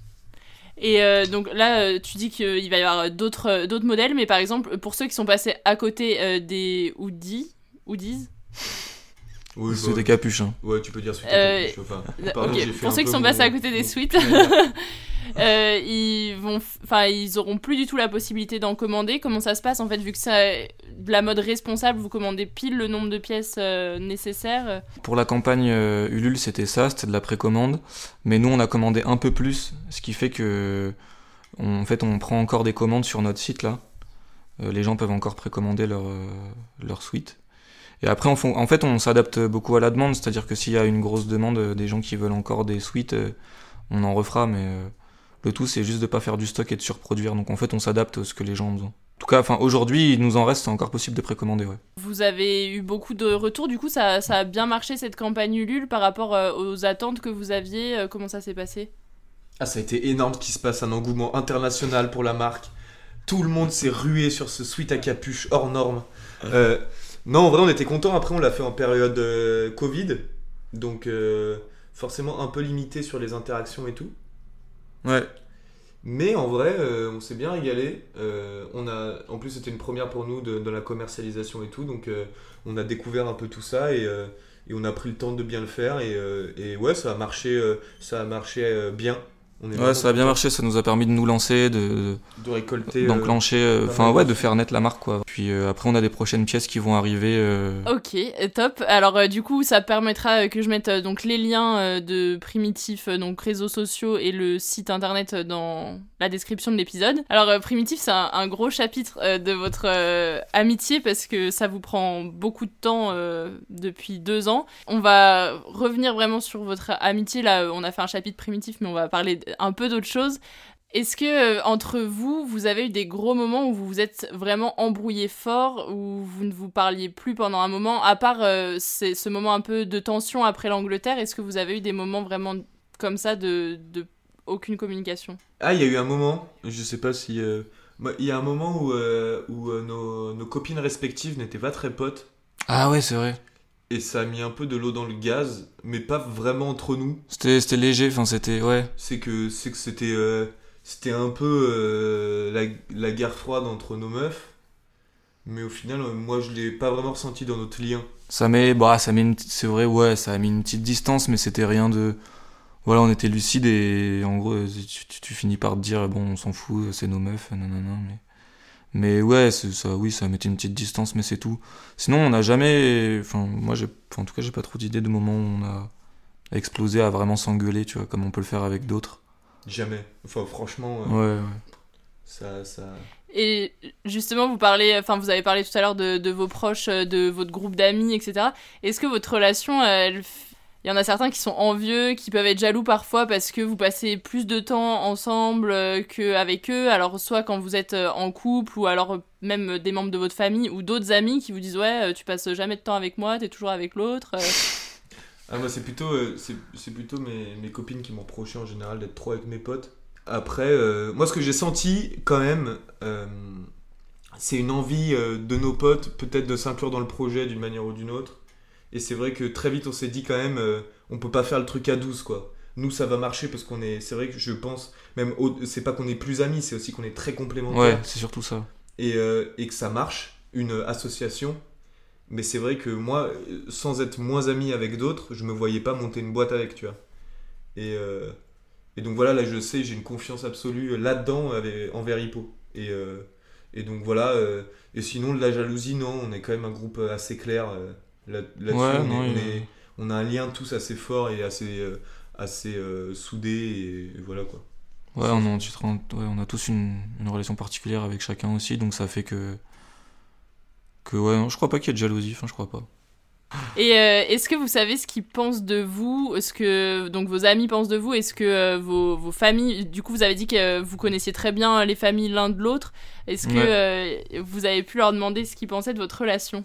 Et euh, donc là, euh, tu dis qu'il va y avoir d'autres, euh, d'autres modèles, mais par exemple, pour ceux qui sont passés à côté euh, des hoodies, hoodies oui, c'est bah, des capuches. Hein. Ouais, tu peux dire sweat euh, et capuche. Enfin, pardon, okay. j'ai fait Pour un ceux qui sont mon... passés à côté des suites, euh, ils vont, enfin, ils auront plus du tout la possibilité d'en commander. Comment ça se passe en fait, vu que c'est de la mode responsable, vous commandez pile le nombre de pièces euh, nécessaires. Pour la campagne euh, Ulule, c'était ça, c'était de la précommande. Mais nous, on a commandé un peu plus, ce qui fait que, on, en fait, on prend encore des commandes sur notre site là. Euh, les gens peuvent encore précommander leur euh, leur suite. Et après, on fond, en fait, on s'adapte beaucoup à la demande, c'est-à-dire que s'il y a une grosse demande, euh, des gens qui veulent encore des suites, euh, on en refera, mais euh, le tout, c'est juste de pas faire du stock et de surproduire. Donc en fait, on s'adapte à ce que les gens ont besoin. En tout cas, enfin, aujourd'hui, il nous en reste, c'est encore possible de précommander, ouais. Vous avez eu beaucoup de retours, du coup, ça, ça a bien marché cette campagne Ulule par rapport euh, aux attentes que vous aviez, euh, comment ça s'est passé? Ah, ça a été énorme qu'il se passe un engouement international pour la marque. Tout le monde s'est rué sur ce sweat à capuche hors norme. Euh, non, en vrai, on était contents. Après, on l'a fait en période euh, Covid, donc euh, forcément un peu limité sur les interactions et tout. Ouais. Mais en vrai, euh, on s'est bien régalé. Euh, on a, en plus, c'était une première pour nous de, de la commercialisation et tout, donc euh, on a découvert un peu tout ça et, euh, et on a pris le temps de bien le faire. Et, euh, et ouais, ça a marché, euh, ça a marché euh, bien. On est ouais, ça a bien marché. Ça nous a permis de nous lancer, de, de récolter, d'enclencher, enfin euh, ouais, de faire naître la marque, quoi. Puis euh, après, on a des prochaines pièces qui vont arriver. Euh... Ok, top. Alors euh, du coup, ça permettra que je mette euh, donc les liens euh, de Primitif, euh, donc réseaux sociaux et le site internet dans la description de l'épisode. Alors euh, Primitif, c'est un, un gros chapitre euh, de votre euh, amitié parce que ça vous prend beaucoup de temps euh, depuis deux ans. On va revenir vraiment sur votre amitié. Là, on a fait un chapitre Primitif, mais on va parler un peu d'autre chose. Est-ce que euh, entre vous, vous avez eu des gros moments où vous vous êtes vraiment embrouillés fort, où vous ne vous parliez plus pendant un moment, à part euh, c'est, ce moment un peu de tension après l'Angleterre, est-ce que vous avez eu des moments vraiment comme ça de, de aucune communication? Ah, il y a eu un moment, je sais pas si... Euh, il y a un moment où, euh, où euh, nos, nos copines respectives n'étaient pas très potes. Ah ouais, c'est vrai. Et ça a mis un peu de l'eau dans le gaz, mais pas vraiment entre nous. C'était, c'était léger, enfin c'était... Ouais. C'est que, c'est que c'était... Euh, C'était un peu euh, la, la guerre froide entre nos meufs, mais au final, euh, moi, je l'ai pas vraiment ressenti dans notre lien. Ça met, bah, ça met une, c'est vrai, ouais, ça a mis une petite distance, mais c'était rien de, voilà, on était lucides et en gros, tu, tu, tu finis par te dire, bon, on s'en fout, c'est nos meufs, non, non, non, mais, mais ouais, c'est, ça, oui, ça mettait une petite distance, mais c'est tout. Sinon, on n'a jamais, enfin, moi, j'ai, en tout cas, j'ai pas trop d'idées de moments où on a explosé à vraiment s'engueuler, tu vois, comme on peut le faire avec d'autres. Jamais. Enfin, franchement, euh, ouais, ouais. Ça, ça... Et justement, vous parlez, enfin, vous avez parlé tout à l'heure de, de vos proches, de votre groupe d'amis, et cetera. Est-ce que votre relation, elle, il y en a certains qui sont envieux, qui peuvent être jaloux parfois parce que vous passez plus de temps ensemble qu'avec eux. Alors, soit quand vous êtes en couple, ou alors même des membres de votre famille ou d'autres amis qui vous disent ouais, tu passes jamais de temps avec moi, t'es toujours avec l'autre. Ah, moi, c'est plutôt, euh, c'est, c'est plutôt mes, mes copines qui m'ont reproché en général d'être trop avec mes potes. Après, euh, moi, ce que j'ai senti quand même, euh, c'est une envie euh, de nos potes, peut-être de s'inclure dans le projet d'une manière ou d'une autre. Et c'est vrai que très vite, on s'est dit quand même, euh, on peut pas faire le truc à douze, quoi. Nous, ça va marcher parce qu'on est. C'est vrai que je pense, même, au, c'est pas qu'on est plus amis, c'est aussi qu'on est très complémentaires. Ouais, c'est surtout ça. Et, euh, et que ça marche, une association. Mais c'est vrai que moi, sans être moins ami avec d'autres, je me voyais pas monter une boîte avec, tu vois. Et, euh, et donc voilà, là je sais, j'ai une confiance absolue là-dedans avec, envers Hippo. Et, euh, et donc voilà, euh, et sinon de la jalousie, non, on est quand même un groupe assez clair. Euh, là, là-dessus, ouais, on, non, est, on, il... est, on a un lien tous assez fort et assez, euh, assez euh, soudé, et, et voilà quoi. Ouais, on a, ouais, on a tous une, une relation particulière avec chacun aussi, donc ça fait que... que ouais, non, je crois pas qu'il y ait de jalousie, enfin je crois pas. Et euh, est-ce que vous savez ce qu'ils pensent de vous, ce que donc vos amis pensent de vous, est-ce que euh, vos, vos familles, du coup vous avez dit que euh, vous connaissiez très bien les familles l'un de l'autre, est-ce que ouais. euh, vous avez pu leur demander ce qu'ils pensaient de votre relation?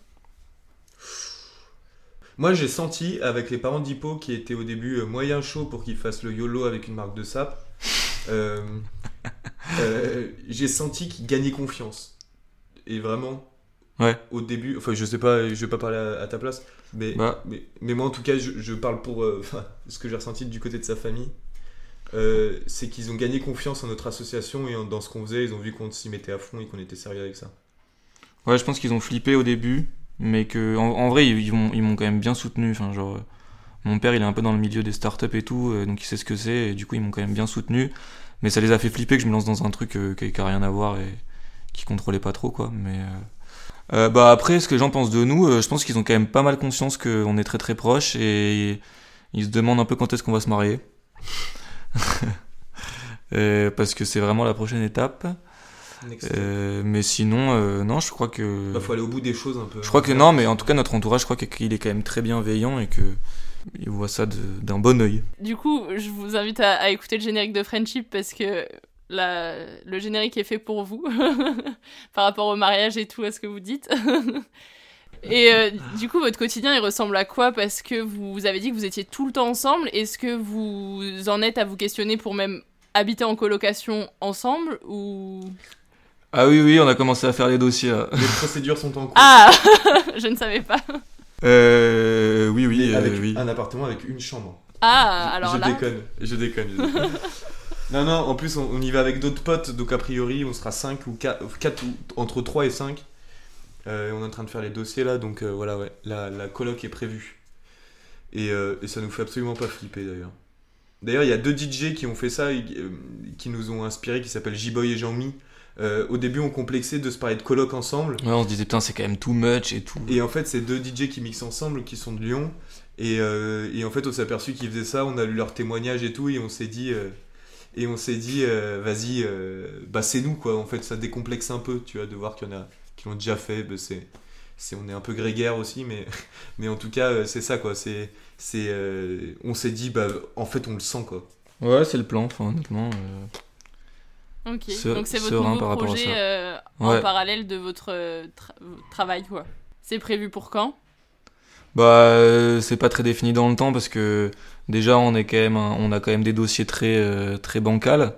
Moi j'ai senti avec les parents d'Hippo qui étaient au début euh, moyen chaud pour qu'ils fassent le YOLO avec une marque de sap, euh, euh, j'ai senti qu'ils gagnaient confiance. Et vraiment... Ouais. Au début, enfin je sais pas, je vais pas parler à, à ta place, mais, bah. mais, mais moi en tout cas je, je parle pour euh, ce que j'ai ressenti du côté de sa famille, euh, c'est qu'ils ont gagné confiance en notre association et en, dans ce qu'on faisait, ils ont vu qu'on s'y mettait à fond et qu'on était sérieux avec ça. Ouais, je pense qu'ils ont flippé au début, mais que en, en vrai ils, ils, m'ont, ils m'ont quand même bien soutenu, enfin genre euh, mon père il est un peu dans le milieu des startups et tout, euh, donc il sait ce que c'est et du coup ils m'ont quand même bien soutenu, mais ça les a fait flipper que je me lance dans un truc euh, qui, qui a rien à voir et qui contrôlait pas trop quoi, mais... Euh... Euh, bah après, ce que les gens pensent de nous, euh, je pense qu'ils ont quand même pas mal conscience qu'on est très très proches et ils se demandent un peu quand est-ce qu'on va se marier. euh, parce que c'est vraiment la prochaine étape. Euh, mais sinon, euh, non, je crois que... Bah, faut aller au bout des choses un peu. Je crois que non, mais en tout cas, notre entourage, je crois qu'il est quand même très bienveillant et qu'il voit ça de, d'un bon œil. Du coup, je vous invite à, à écouter le générique de Friendship parce que... La, le générique est fait pour vous par rapport au mariage et tout, à ce que vous dites. Et euh, du coup, votre quotidien, il ressemble à quoi? Parce que vous, vous avez dit que vous étiez tout le temps ensemble. Est-ce que vous en êtes à vous questionner pour même habiter en colocation ensemble ou... Ah oui, oui, on a commencé à faire les dossiers. Là. Les procédures sont en cours. Ah, je ne savais pas. Euh, oui, oui, avec euh, oui. Un appartement avec une chambre. Ah, alors je là... Déconne, je déconne, je déconne. Non, non, en plus, on, on y va avec d'autres potes, donc a priori, on sera cinq ou quatre, quatre ou, entre trois et cinq. Euh, on est en train de faire les dossiers là, donc euh, voilà, ouais, la, la coloc est prévue. Et, euh, et ça nous fait absolument pas flipper d'ailleurs. D'ailleurs, il y a deux D J qui ont fait ça, et, euh, qui nous ont inspiré, qui s'appellent J-Boy et Jean-Mi. Euh, au début, on complexait de se parler de coloc ensemble. Ouais, on se disait, putain, c'est quand même too much et tout. Et en fait, c'est deux D J qui mixent ensemble, qui sont de Lyon. Et, euh, et en fait, on s'est aperçu qu'ils faisaient ça, on a lu leurs témoignages et tout, et on s'est dit... Euh, Et on s'est dit, euh, vas-y, euh, bah c'est nous quoi. En fait, ça décomplexe un peu, tu vois, de voir qu'il y en a qui l'ont déjà fait. Bah, c'est, c'est, on est un peu grégaire aussi, mais, mais en tout cas, c'est ça quoi. C'est, c'est, euh, on s'est dit, bah en fait, on le sent quoi. Ouais, c'est le plan, enfin, honnêtement. Euh... Ok, Se, donc c'est votre nouveau projet euh, ouais. en parallèle de votre tra- travail quoi. C'est prévu pour quand? Bah, euh, c'est pas très défini dans le temps parce que déjà on est quand même, un, on a quand même des dossiers très euh, très bancals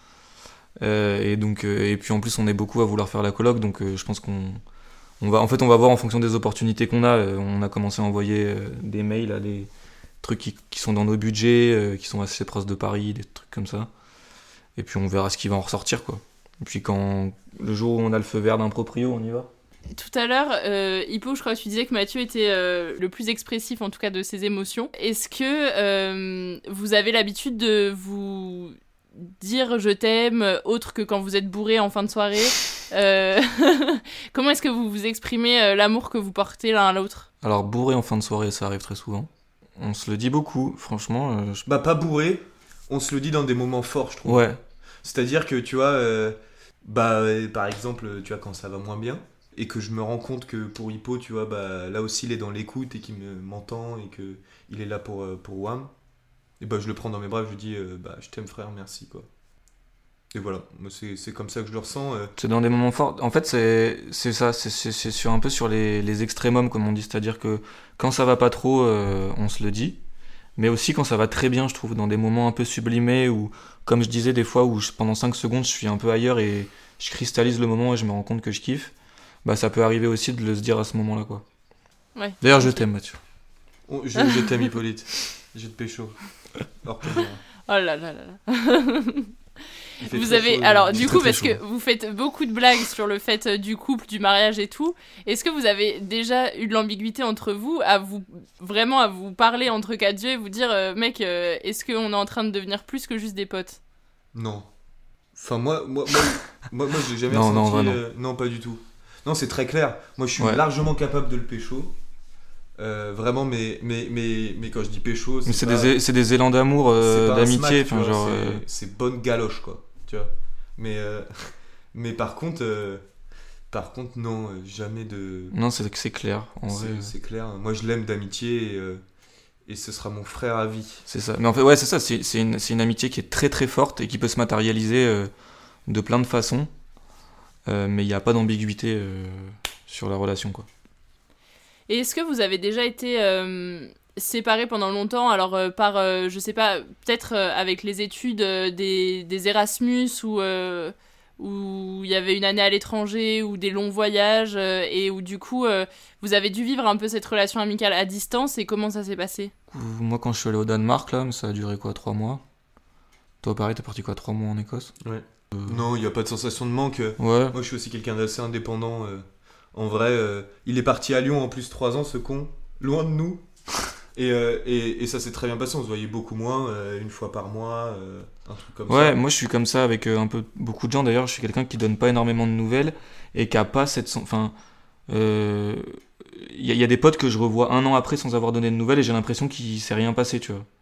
euh, et donc euh, et puis en plus on est beaucoup à vouloir faire la coloc donc euh, je pense qu'on on va en fait on va voir en fonction des opportunités qu'on a. Euh, on a commencé à envoyer euh, des mails à des trucs qui, qui sont dans nos budgets, euh, qui sont assez proches de Paris, des trucs comme ça. Et puis on verra ce qui va en ressortir quoi. Et puis quand le jour où on a le feu vert d'un proprio, on y va. Tout à l'heure, euh, Hippo, je crois que tu disais que Mathieu était euh, le plus expressif, en tout cas, de ses émotions. Est-ce que euh, vous avez l'habitude de vous dire « je t'aime » autre que quand vous êtes bourré en fin de soirée euh... Comment est-ce que vous vous exprimez euh, l'amour que vous portez l'un à l'autre? Alors, bourré en fin de soirée, ça arrive très souvent. On se le dit beaucoup, franchement. Euh, je... Bah, pas bourré, on se le dit dans des moments forts, je trouve. Ouais. C'est-à-dire que, tu vois, euh, bah, euh, par exemple, tu vois, quand ça va moins bien, et que je me rends compte que pour Hippo, tu vois, bah, là aussi il est dans l'écoute et qu'il me, m'entend et qu'il est là pour, pour W A M, et bah je le prends dans mes bras et je lui dis euh, bah je t'aime frère, merci quoi. Et voilà, moi c'est, c'est comme ça que je le ressens. Euh. C'est dans des moments forts. En fait, c'est, c'est ça, c'est, c'est, c'est sur un peu sur les, les extrémums, comme on dit, c'est-à-dire que quand ça va pas trop, euh, on se le dit, mais aussi quand ça va très bien, je trouve, dans des moments un peu sublimés, ou comme je disais, des fois où je, pendant cinq secondes, je suis un peu ailleurs et je cristallise le moment et je me rends compte que je kiffe, bah ça peut arriver aussi de le se dire à ce moment-là, quoi. Ouais. D'ailleurs, je t'aime, Mathieu. Oh, je, je t'aime, Hippolyte. Je te pécho. Hors caméra. Oh là là là là. Vous avez, chaud, alors il du fait coup, très parce chaud. que vous faites beaucoup de blagues sur le fait euh, du couple, du mariage et tout, est-ce que vous avez déjà eu de l'ambiguïté entre vous, à vous vraiment à vous parler entre quatre yeux et vous dire, euh, mec, euh, est-ce qu'on est en train de devenir plus que juste des potes? Non. Enfin, moi, moi, moi, moi, moi je l'ai jamais Non, non, ressenti. vraiment. euh, non, pas du tout. Non, c'est très clair. Moi, je suis Ouais. largement capable de le pécho. Euh, vraiment, mais, mais, mais, mais quand je dis pécho, c'est Mais c'est pas- des, é- c'est des élans d'amour, euh, c'est pas un d'amitié, smack, tu enfin vois, genre. c'est, euh, c'est bonne galoche, quoi. Tu vois. Mais, euh, mais par contre, euh, par contre, non, euh, jamais de. Non, c'est c'est clair, en c'est, vrai. euh. c'est clair. Moi, je l'aime d'amitié et, euh, et ce sera mon frère à vie. C'est ça. Mais en fait, ouais, c'est ça. C'est, c'est, une, c'est une amitié qui est très très forte et qui peut se matérialiser euh, de plein de façons. Euh, mais il n'y a pas d'ambiguïté euh, sur la relation, quoi. Et est-ce que vous avez déjà été euh, séparés pendant longtemps, alors euh, par, euh, je sais pas, peut-être euh, avec les études euh, des, des Erasmus ou euh, où il y avait une année à l'étranger ou des longs voyages euh, et où du coup euh, vous avez dû vivre un peu cette relation amicale à distance, et comment ça s'est passé? Moi, quand je suis allé au Danemark, là, ça a duré quoi, trois mois. Toi, pareil, t'es parti quoi, trois mois en Écosse? Ouais. Non, il n'y a pas de sensation de manque. Ouais. Moi, je suis aussi quelqu'un d'assez indépendant. euh, En vrai, euh, il est parti à Lyon en plus trois ans, ce con, loin de nous. Et, euh, et, et ça s'est très bien passé, on se voyait beaucoup moins, euh, une fois par mois, euh, un truc comme Ouais, ça. moi je suis comme ça avec euh, un peu beaucoup de gens. D'ailleurs, je suis quelqu'un qui donne pas énormément de nouvelles et qui a pas cette. sen- Enfin, euh, il y, a- il y a des potes que je revois un an après sans avoir donné de nouvelles et j'ai l'impression qu'il s'est rien passé, tu vois.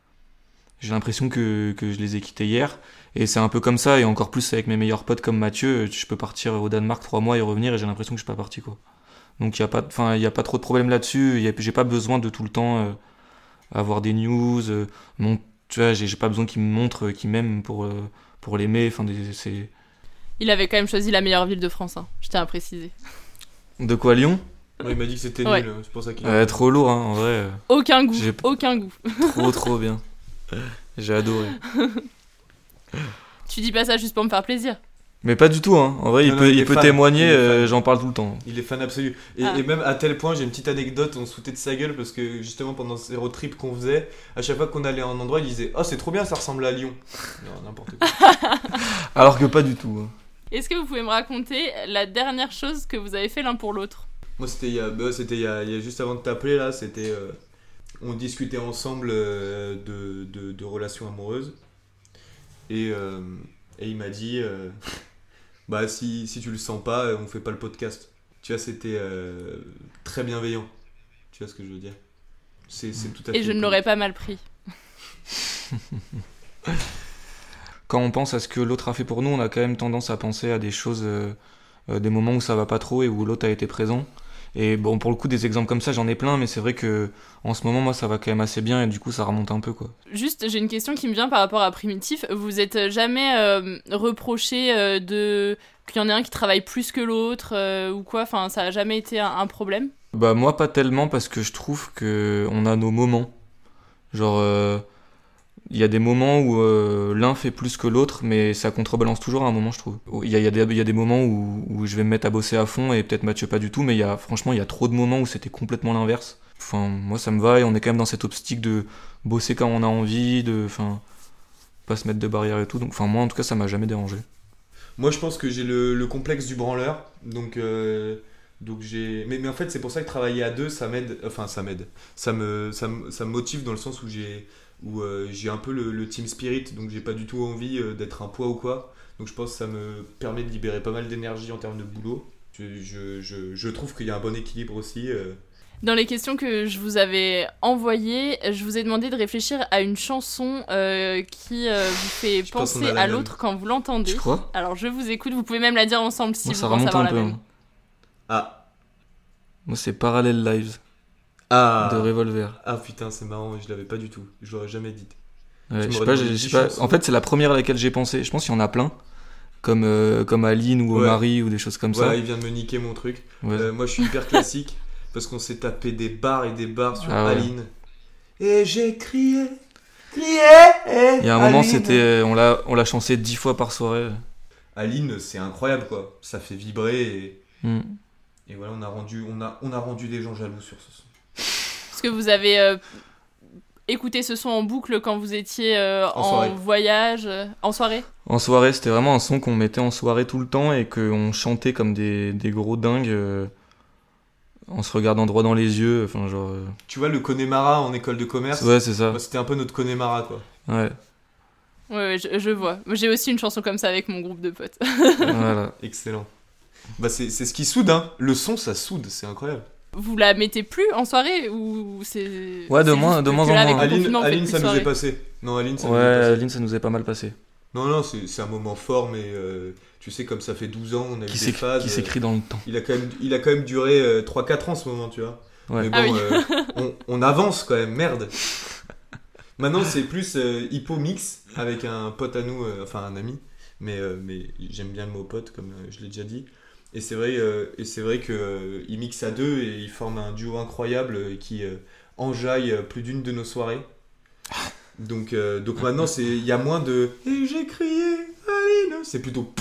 J'ai l'impression que, que je les ai quittés hier et c'est un peu comme ça, et encore plus avec mes meilleurs potes comme Mathieu. Je peux partir au Danemark trois mois et revenir et j'ai l'impression que je suis pas parti, quoi. Donc il y a pas, enfin il y a pas trop de problème là-dessus. Il y a- J'ai pas besoin de tout le temps euh, avoir des news. Euh, mon, tu vois, j'ai, j'ai pas besoin qu'il me montre, euh, qu'il m'aime pour euh, pour l'aimer. Enfin, des- c'est. Il avait quand même choisi la meilleure ville de France, hein, je tiens à préciser. De quoi, Lyon? Ouais, il m'a dit que c'était Ouais. nul, c'est pour ça qu'il Euh, trop lourd, hein, en vrai. euh, Aucun goût, j'ai- aucun goût. Trop trop bien. J'ai adoré. Tu dis pas ça juste pour me faire plaisir. Mais pas du tout, hein. En vrai, il Non, peut, non, il il est peut fan. témoigner. Il est fan. euh, j'en parle tout le temps. Il est fan absolu. Et, Ah. et même à tel point, j'ai une petite anecdote, on se foutait de sa gueule parce que justement pendant ces road trips qu'on faisait, à chaque fois qu'on allait à un endroit, il disait « Oh, c'est trop bien, ça ressemble à Lyon !» Non, n'importe quoi. Alors que pas du tout. hein. Est-ce que vous pouvez me raconter la dernière chose que vous avez fait l'un pour l'autre? Moi, c'était il y a, bah, c'était il y a, il y a juste avant de t'appeler, là, c'était... euh, on discutait ensemble euh, de, de, de relations amoureuses. Et, euh, et il m'a dit, euh, bah si, si tu le sens pas, on fait pas le podcast. Tu vois, c'était euh, très bienveillant. Tu vois ce que je veux dire? C'est, c'est tout à fait... Et je ne l'aurais pas mal pris. Quand on pense à ce que l'autre a fait pour nous, on a quand même tendance à penser à des choses, euh, euh, des moments où ça va pas trop et où l'autre a été présent. Et bon, pour le coup, des exemples comme ça, j'en ai plein, mais c'est vrai que en ce moment, moi, ça va quand même assez bien et du coup, ça remonte un peu, quoi. Juste, j'ai une question qui me vient par rapport à Primitif. Vous êtes jamais euh, reproché euh, de qu'il y en ait un qui travaille plus que l'autre euh, ou quoi? Enfin, ça a jamais été un, un problème? Bah moi, pas tellement, parce que je trouve que on a nos moments. Genre, euh, il y a des moments où euh, l'un fait plus que l'autre, mais ça contrebalance toujours à un moment, je trouve. Il y a, il y a des, il y a des moments où, où je vais me mettre à bosser à fond et peut-être Mathieu pas du tout, mais il y a, franchement, il y a trop de moments où c'était complètement l'inverse. Enfin, moi, ça me va et on est quand même dans cette optique de bosser quand on a envie, de, enfin, pas se mettre de barrières et tout. Donc, enfin, moi, en tout cas, ça m'a jamais dérangé. Moi, je pense que j'ai le, le complexe du branleur. Donc, euh, donc j'ai... Mais, mais en fait, c'est pour ça que travailler à deux, ça m'aide. Enfin, ça m'aide. Ça me, ça me, ça me motive dans le sens où j'ai... où euh, j'ai un peu le, le team spirit, donc j'ai pas du tout envie euh, d'être un poids ou quoi. Donc je pense que ça me permet de libérer pas mal d'énergie en termes de boulot. Je, je, je, je trouve qu'il y a un bon équilibre aussi. euh. Dans les questions que je vous avais envoyées, je vous ai demandé de réfléchir à une chanson euh, qui euh, vous fait Je pense qu'on penser a la à même. l'autre quand vous l'entendez. Tu crois? Alors je vous écoute, vous pouvez même la dire ensemble si Moi, vous ça pensez remonte avoir un la peu. même. hein. Ah. Moi, c'est Parallel Lives Ah. de Revolver. Ah putain, c'est marrant, je l'avais pas du tout. Je l'aurais jamais dit. Ouais, Tu je sais m'aurais pas, demandé j'ai- dix je sais pas. chansons. En fait, c'est la première à laquelle j'ai pensé. Je pense qu'il y en a plein, comme euh, comme Aline ou Ouais. Omari ou des choses comme Voilà, ça. il vient de me niquer mon truc. Ouais. Euh, moi, je suis hyper classique parce qu'on s'est tapé des barres et des barres sur Ah ouais. Aline. Et j'ai crié, crié. Il y a un moment, c'était, on l'a, on l'a chanté dix fois par soirée. Aline, c'est incroyable quoi. Ça fait vibrer et, mm. et voilà, on a rendu, on a, on a rendu des gens jaloux sur ce son. Est-ce que vous avez euh, écouté ce son en boucle quand vous étiez euh, en, en voyage, euh, en soirée ? En soirée, c'était vraiment un son qu'on mettait en soirée tout le temps et qu'on chantait comme des, des gros dingues euh, en se regardant droit dans les yeux. Enfin, genre. Euh... Tu vois le Connemara en école de commerce ? Ouais, c'est ça. Bah, c'était un peu notre Connemara quoi. Ouais. Ouais, ouais je, je vois. J'ai aussi une chanson comme ça avec mon groupe de potes. Voilà. Excellent. Bah c'est, c'est ce qui soude, hein. Le son, ça soude, c'est incroyable. Vous la mettez plus en soirée ou c'est... Ouais, de c'est moins, de moins en moins. Aline, Aline ça nous est passé. Non, Aline, ça ouais, nous est passé. Aline, ça nous est pas mal passé. Non, non, c'est, c'est un moment fort, mais euh, tu sais, comme ça fait douze ans, on a qui eu des phases. Qui s'écrit dans le temps. Il a quand même, il a quand même duré euh, trois quatre ans ce moment, tu vois. Ouais. Mais bon, ah oui. euh, on, on avance quand même, merde. Maintenant, c'est plus euh, hippo mix avec un pote à nous, euh, enfin un ami, mais, euh, mais j'aime bien le mot pote, comme euh, je l'ai déjà dit. Et c'est vrai, euh, et c'est vrai qu'ils euh, mixent à deux et ils forment un duo incroyable euh, qui euh, enjaille plus d'une de nos soirées. Donc, euh, donc maintenant, il y a moins de « Et j'ai crié, Aline !» C'est plutôt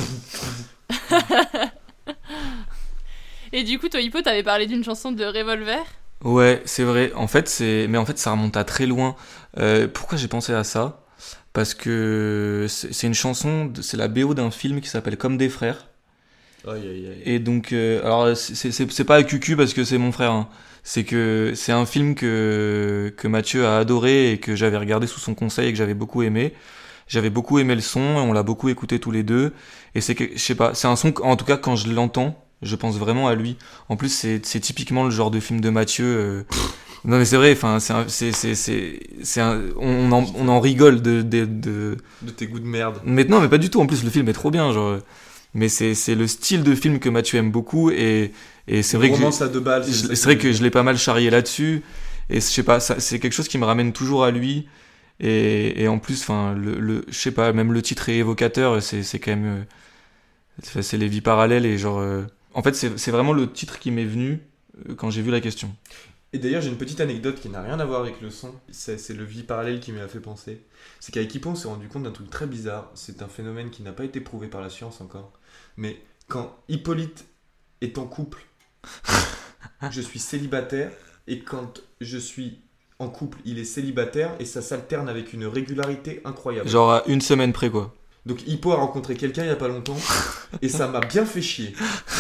« Et du coup, toi, Hippo, t'avais parlé d'une chanson de Revolver ? Ouais, c'est vrai. En fait, c'est... Mais en fait, ça remonte à très loin. Euh, pourquoi j'ai pensé à ça ? Parce que c'est, c'est une chanson, c'est la B O d'un film qui s'appelle « Comme des frères ». Aïe, aïe, aïe. Et donc, euh, alors c'est, c'est, c'est pas à Cucu parce que c'est mon frère, hein. C'est que c'est un film que, que Mathieu a adoré et que j'avais regardé sous son conseil et que j'avais beaucoup aimé. J'avais beaucoup aimé le son, on l'a beaucoup écouté tous les deux. Et c'est que, je sais pas, c'est un son, en tout cas quand je l'entends, je pense vraiment à lui. En plus, c'est, c'est typiquement le genre de film de Mathieu. Euh... Non mais c'est vrai, enfin, c'est, un, c'est, c'est, c'est, c'est un, on, en, on en rigole de, de, de. De tes goûts de merde. Mais non, mais pas du tout. En plus, le film est trop bien, genre. Mais c'est, c'est le style de film que Mathieu aime beaucoup et, et c'est, vrai que, à deux balles, c'est, c'est, c'est vrai que je l'ai pas mal charrié là-dessus et je sais pas, ça, c'est quelque chose qui me ramène toujours à lui et, et en plus, enfin, le, le, je sais pas, même le titre est évocateur, c'est, c'est quand même, euh, c'est les vies parallèles et genre, euh, en fait, c'est, c'est vraiment le titre qui m'est venu euh, quand j'ai vu la question. Et d'ailleurs, j'ai une petite anecdote qui n'a rien à voir avec le son. C'est, c'est le vie parallèle qui m'a fait penser. C'est qu'avec Hippo, on s'est rendu compte d'un truc très bizarre. C'est un phénomène qui n'a pas été prouvé par la science encore. Mais quand Hippolyte est en couple, je suis célibataire. Et quand je suis en couple, il est célibataire. Et ça s'alterne avec une régularité incroyable. Genre à une semaine près, quoi. Donc Hippo a rencontré quelqu'un il n'y a pas longtemps. Et ça m'a bien fait chier.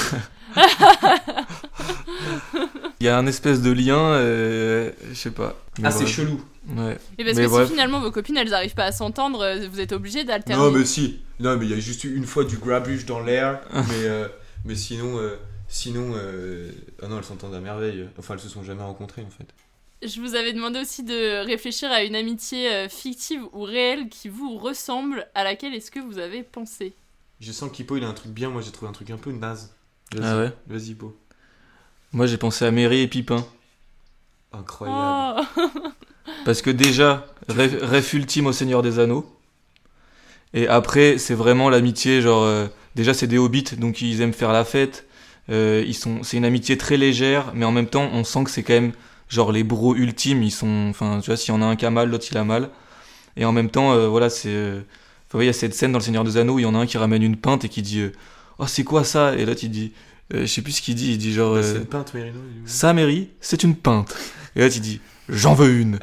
Il y a un espèce de lien, euh, je sais pas. Mais ah, bref. C'est chelou. Ouais. Et parce mais que bref. si finalement vos copines elles arrivent pas à s'entendre, vous êtes obligés d'alterner. Non, mais si. Non, mais il y a juste eu une fois du grabuge dans l'air. mais, euh, mais sinon, euh, sinon euh... ah non, elles s'entendent à merveille. Enfin, elles se sont jamais rencontrées en fait. Je vous avais demandé aussi de réfléchir à une amitié fictive ou réelle qui vous ressemble. À laquelle est-ce que vous avez pensé ? Je sens qu'Hippo il a un truc bien. Moi j'ai trouvé un truc un peu naze. Vas-y, ah ouais. Vas-y Hippo. Moi j'ai pensé à Mary et Pipin. Incroyable. Oh. Parce que déjà, rêve, rêve ultime au Seigneur des Anneaux. Et après, c'est vraiment l'amitié, genre... Euh, déjà, c'est des hobbits, donc ils aiment faire la fête. Euh, ils sont, c'est une amitié très légère, mais en même temps, on sent que c'est quand même, genre, les bros ultimes. Ils sont... Enfin, tu vois, s'il y en a un qui a mal, l'autre, il a mal. Et en même temps, euh, voilà, c'est... Euh, enfin, il y a cette scène dans le Seigneur des Anneaux où il y en a un qui ramène une pinte et qui dit euh, « Oh, c'est quoi ça ?» Et l'autre, il dit... Euh, je sais plus ce qu'il dit, il dit genre... Bah, euh, c'est une pinte, Mérino. Ça, Mary, c'est une pinte. Et là, tu dis, j'en veux une.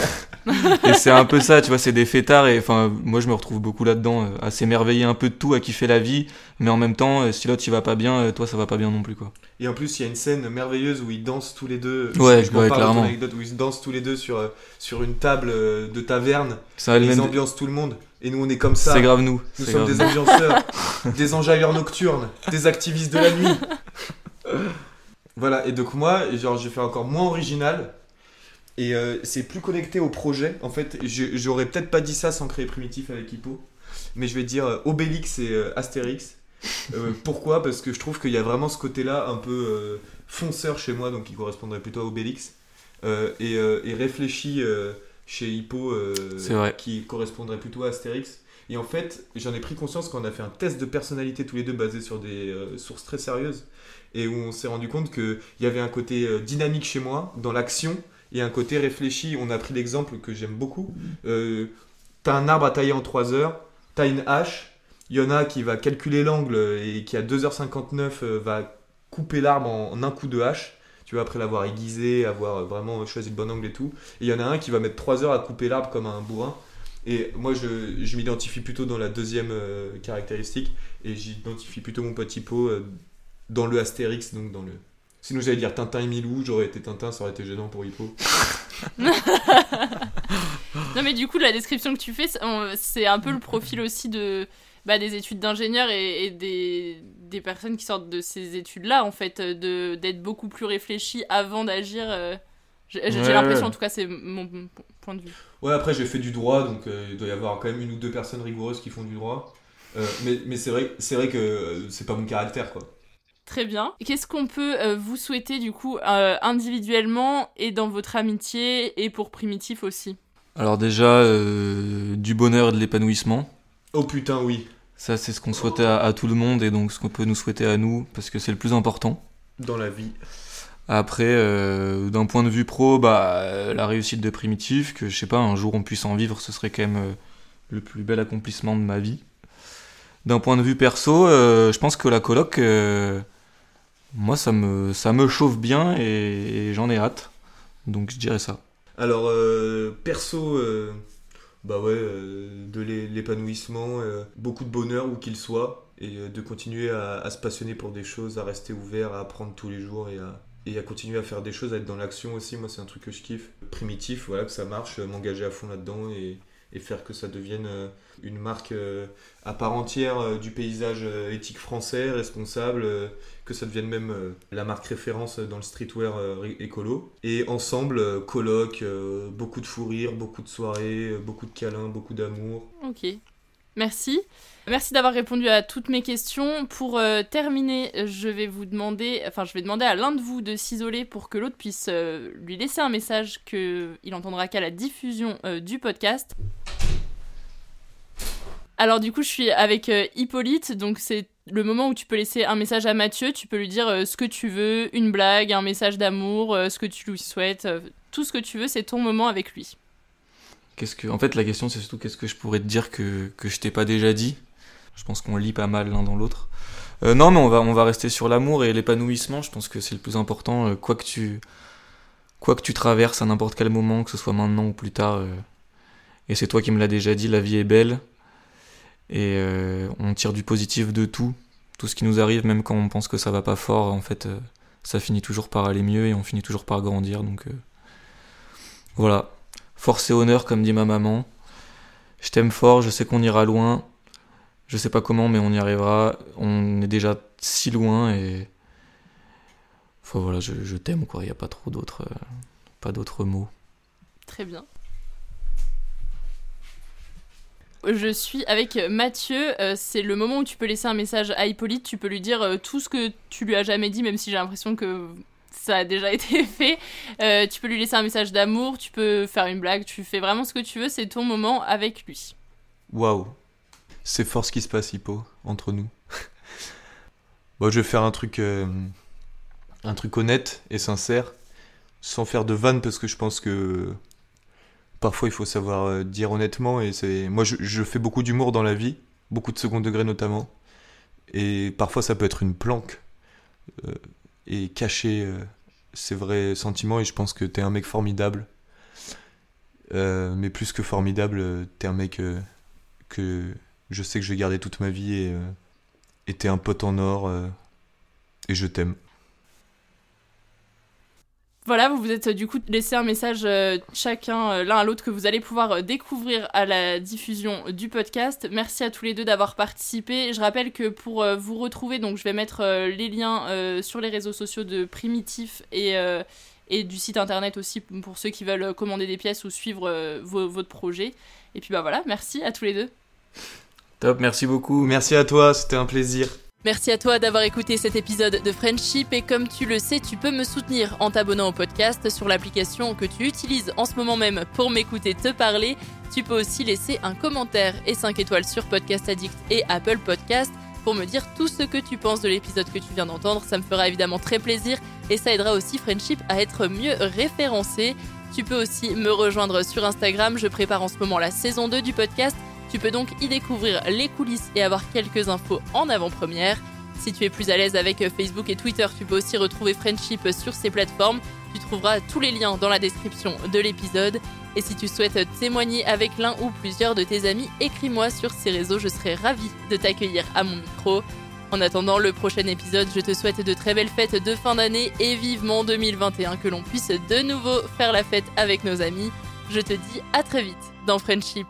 Et c'est un peu ça, tu vois, c'est des fêtards. Et enfin, moi, je me retrouve beaucoup là-dedans, à s'émerveiller un peu de tout, à kiffer la vie. Mais en même temps, si l'autre, il va pas bien, toi, ça va pas bien non plus, quoi. Et en plus, il y a une scène merveilleuse où ils dansent tous les deux. Ouais, je ouais, parle clairement. De anecdote, où ils dansent tous les deux sur, sur une table de taverne. Ça, ils même... ambiancent tout le monde. Et nous, on est comme ça. C'est grave, nous. Nous c'est sommes grave. des ambianceurs, des enjailleurs nocturnes, des activistes de la nuit. Voilà, et donc moi, genre, j'ai fait encore moins original. Et euh, c'est plus connecté au projet. En fait, je, j'aurais peut-être pas dit ça sans créer Primitif avec Hippo. Mais je vais dire euh, Obélix et euh, Astérix. Euh, pourquoi ? Parce que je trouve qu'il y a vraiment ce côté-là un peu euh, fonceur chez moi, donc qui correspondrait plutôt à Obélix. Euh, et, euh, et réfléchi euh, chez Hippo, euh, qui correspondrait plutôt à Astérix. Et en fait, j'en ai pris conscience quand on a fait un test de personnalité tous les deux basé sur des euh, sources très sérieuses. Et où on s'est rendu compte qu'il y avait un côté euh, dynamique chez moi, dans l'action, et un côté réfléchi. On a pris l'exemple que j'aime beaucoup. Euh, t'as un arbre à tailler en trois heures, t'as une hache, il y en a qui va calculer l'angle et qui à deux heures cinquante-neuf euh, va couper l'arbre en, en un coup de hache, tu vois, après l'avoir aiguisé, avoir vraiment choisi le bon angle et tout. Et il y en a un qui va mettre trois heures à couper l'arbre comme un bourrin. Et moi, je, je m'identifie plutôt dans la deuxième euh, caractéristique, et j'identifie plutôt mon pote Hippo euh, dans le Astérix, donc dans le... Sinon j'allais dire Tintin et Milou, j'aurais été Tintin, ça aurait été gênant pour Hippo. Non mais du coup, la description que tu fais, c'est un peu le profil aussi de, bah, des études d'ingénieur et, et des, des personnes qui sortent de ces études-là, en fait, de, d'être beaucoup plus réfléchi avant d'agir. Euh, j'ai, j'ai ouais, l'impression, ouais. en tout cas, c'est mon point de vue. Ouais, après j'ai fait du droit, donc euh, il doit y avoir quand même une ou deux personnes rigoureuses qui font du droit. Euh, mais mais c'est, vrai, c'est vrai que euh, c'est pas mon caractère, quoi. Très bien. Qu'est-ce qu'on peut euh, vous souhaiter, du coup, euh, individuellement et dans votre amitié et pour Primitif aussi ? Alors déjà, euh, du bonheur et de l'épanouissement. Oh putain, oui. Ça, c'est ce qu'on souhaitait à, à tout le monde et donc ce qu'on peut nous souhaiter à nous, parce que c'est le plus important. Dans la vie. Après, euh, d'un point de vue pro, bah, la réussite de Primitif, que je sais pas, un jour on puisse en vivre, ce serait quand même euh, le plus bel accomplissement de ma vie. D'un point de vue perso, euh, je pense que la coloc, euh, moi ça me, ça me chauffe bien et, et j'en ai hâte. Donc je dirais ça. Alors, euh, perso, euh, bah ouais, euh, de l'é- l'épanouissement, euh, beaucoup de bonheur où qu'il soit, et euh, de continuer à, à se passionner pour des choses, à rester ouvert, à apprendre tous les jours et à, et à continuer à faire des choses, à être dans l'action aussi. Moi, c'est un truc que je kiffe. Primitif, voilà, que ça marche, euh, m'engager à fond là-dedans et, et faire que ça devienne euh, une marque euh, à part entière euh, du paysage euh, éthique français, responsable, euh, que ça devienne même euh, la marque référence dans le streetwear euh, ré- écolo. Et ensemble, euh, coloc, euh, beaucoup de fou rire, beaucoup de soirées, euh, beaucoup de câlins, beaucoup d'amour. Ok, merci. Merci d'avoir répondu à toutes mes questions. Pour euh, terminer, je vais vous demander, enfin je vais demander à l'un de vous de s'isoler pour que l'autre puisse euh, lui laisser un message qu'il entendra qu'à la diffusion euh, du podcast. Alors du coup, je suis avec euh, Hippolyte, donc c'est le moment où tu peux laisser un message à Mathieu, tu peux lui dire euh, ce que tu veux, une blague, un message d'amour, euh, ce que tu lui souhaites, euh, tout ce que tu veux, c'est ton moment avec lui. Qu'est-ce que, en fait, la question c'est surtout qu'est-ce que je pourrais te dire que, que je t'ai pas déjà dit. Je pense qu'on lit pas mal l'un dans l'autre. Euh, non, mais on va, on va rester sur l'amour et l'épanouissement. Je pense que c'est le plus important. Euh, quoi que tu, quoi que tu traverses à n'importe quel moment, que ce soit maintenant ou plus tard. Euh, et c'est toi qui me l'as déjà dit, la vie est belle. Et euh, on tire du positif de tout. Tout ce qui nous arrive, même quand on pense que ça va pas fort, en fait, euh, ça finit toujours par aller mieux et on finit toujours par grandir. Donc euh, voilà. Force et honneur, comme dit ma maman. Je t'aime fort, je sais qu'on ira loin. Je sais pas comment, mais on y arrivera. On est déjà si loin et... Enfin voilà, je, je t'aime, quoi. Il n'y a pas trop d'autres, euh, pas d'autres mots. Très bien. Je suis avec Mathieu. Euh, c'est le moment où tu peux laisser un message à Hippolyte. Tu peux lui dire euh, tout ce que tu lui as jamais dit, même si j'ai l'impression que ça a déjà été fait. Euh, tu peux lui laisser un message d'amour, tu peux faire une blague, tu fais vraiment ce que tu veux. C'est ton moment avec lui. Waouh. C'est fort ce qui se passe, Hippo, entre nous. Bon, je vais faire un truc, euh, un truc honnête et sincère, sans faire de vannes, parce que je pense que parfois il faut savoir euh, dire honnêtement. Et c'est... Moi, je, je fais beaucoup d'humour dans la vie, beaucoup de second degré notamment. Et parfois, ça peut être une planque euh, et cacher euh, ses vrais sentiments. Et je pense que t'es un mec formidable. Euh, mais plus que formidable, t'es un mec euh, que... je sais que je vais garder toute ma vie et, euh, et t'es un pote en or euh, et je t'aime. Voilà, vous vous êtes euh, du coup laissé un message euh, chacun euh, l'un à l'autre que vous allez pouvoir euh, découvrir à la diffusion du podcast. Merci à tous les deux d'avoir participé. Je rappelle que pour euh, vous retrouver, donc je vais mettre euh, les liens euh, sur les réseaux sociaux de Primitif et, euh, et du site internet aussi pour ceux qui veulent commander des pièces ou suivre euh, vos, votre projet. Et puis bah voilà, merci à tous les deux. Top, merci beaucoup. Merci à toi, c'était un plaisir. Merci à toi d'avoir écouté cet épisode de Friendship et comme tu le sais, tu peux me soutenir en t'abonnant au podcast sur l'application que tu utilises en ce moment même pour m'écouter te parler. Tu peux aussi laisser un commentaire et cinq étoiles sur Podcast Addict et Apple Podcast. pour me dire tout ce que tu penses de l'épisode que tu viens d'entendre. Ça me fera évidemment très plaisir et ça aidera aussi Friendship à être mieux référencé. Tu peux aussi me rejoindre sur Instagram, je prépare en ce moment la saison deux du podcast. Tu peux donc y découvrir les coulisses et avoir quelques infos en avant-première. Si tu es plus à l'aise avec Facebook et Twitter, tu peux aussi retrouver Friendship sur ces plateformes. Tu trouveras tous les liens dans la description de l'épisode. Et si tu souhaites témoigner avec l'un ou plusieurs de tes amis, écris-moi sur ces réseaux, je serai ravie de t'accueillir à mon micro. En attendant le prochain épisode, je te souhaite de très belles fêtes de fin d'année et vivement deux mille vingt et un que l'on puisse de nouveau faire la fête avec nos amis. Je te dis à très vite dans Friendship.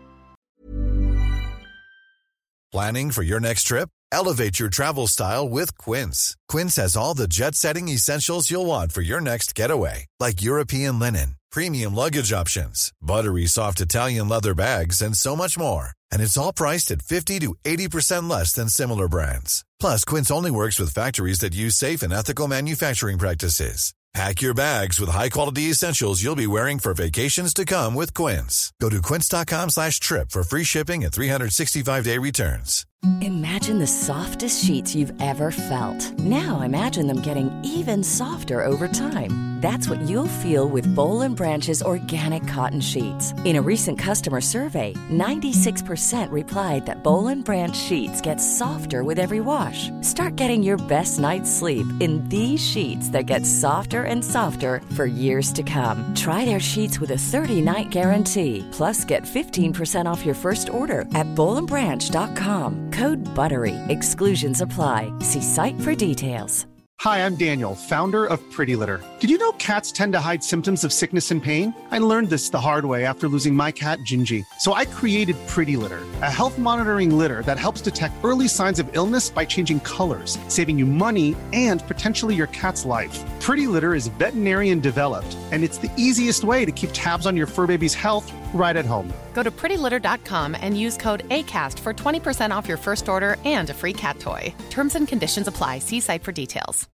Planning for your next trip? Elevate your travel style with Quince. Quince has all the jet-setting essentials you'll want for your next getaway, like European linen, premium luggage options, buttery soft Italian leather bags, and so much more. And it's all priced at fifty to eighty percent less than similar brands. Plus, Quince only works with factories that use safe and ethical manufacturing practices. Pack your bags with high-quality essentials you'll be wearing for vacations to come with Quince. Go to quince.com slash trip for free shipping and three sixty-five day returns. Imagine the softest sheets you've ever felt. Now imagine them getting even softer over time. That's what you'll feel with Boll and Branch's organic cotton sheets. In a recent customer survey, ninety-six percent replied that Boll and Branch sheets get softer with every wash. Start getting your best night's sleep in these sheets that get softer and softer for years to come. Try their sheets with a thirty-night guarantee. Plus, get fifteen percent off your first order at boll and branch dot com. Code BUTTERY. Exclusions apply. See site for details. Hi, I'm Daniel, founder of Pretty Litter. Did you know cats tend to hide symptoms of sickness and pain? I learned this the hard way after losing my cat, Gingy. So I created Pretty Litter, a health monitoring litter that helps detect early signs of illness by changing colors, saving you money and potentially your cat's life. Pretty Litter is veterinarian developed, and it's the easiest way to keep tabs on your fur baby's health right at home. Go to pretty litter dot com and use code ACAST for twenty percent off your first order and a free cat toy. Terms and conditions apply. See site for details.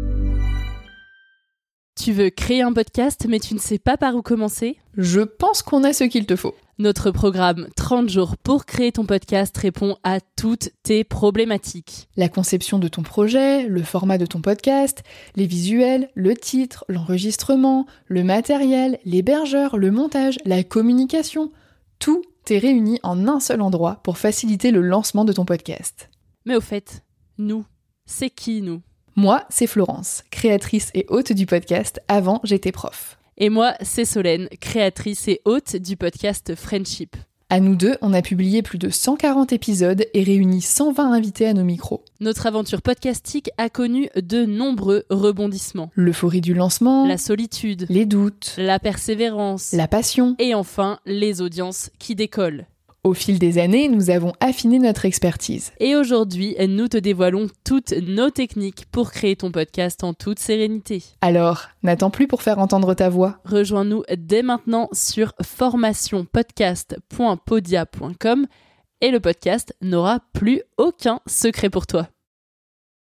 Tu veux créer un podcast, mais tu ne sais pas par où commencer ? Je pense qu'on a ce qu'il te faut. Notre programme trente jours pour créer ton podcast répond à toutes tes problématiques. La conception de ton projet, le format de ton podcast, les visuels, le titre, l'enregistrement, le matériel, l'hébergeur, le montage, la communication, tout est réuni en un seul endroit pour faciliter le lancement de ton podcast. Mais au fait, nous, c'est qui nous ? Moi, c'est Florence, créatrice et hôte du podcast. Avant, j'étais prof. Et moi, c'est Solène, créatrice et hôte du podcast Friendship. À nous deux, on a publié plus de cent quarante épisodes et réuni cent vingt invités à nos micros. Notre aventure podcastique a connu de nombreux rebondissements. L'euphorie du lancement, la solitude, les doutes, la persévérance, la passion et enfin les audiences qui décollent. Au fil des années, nous avons affiné notre expertise. Et aujourd'hui, nous te dévoilons toutes nos techniques pour créer ton podcast en toute sérénité. Alors, n'attends plus pour faire entendre ta voix. Rejoins-nous dès maintenant sur formation podcast point podia point com et le podcast n'aura plus aucun secret pour toi.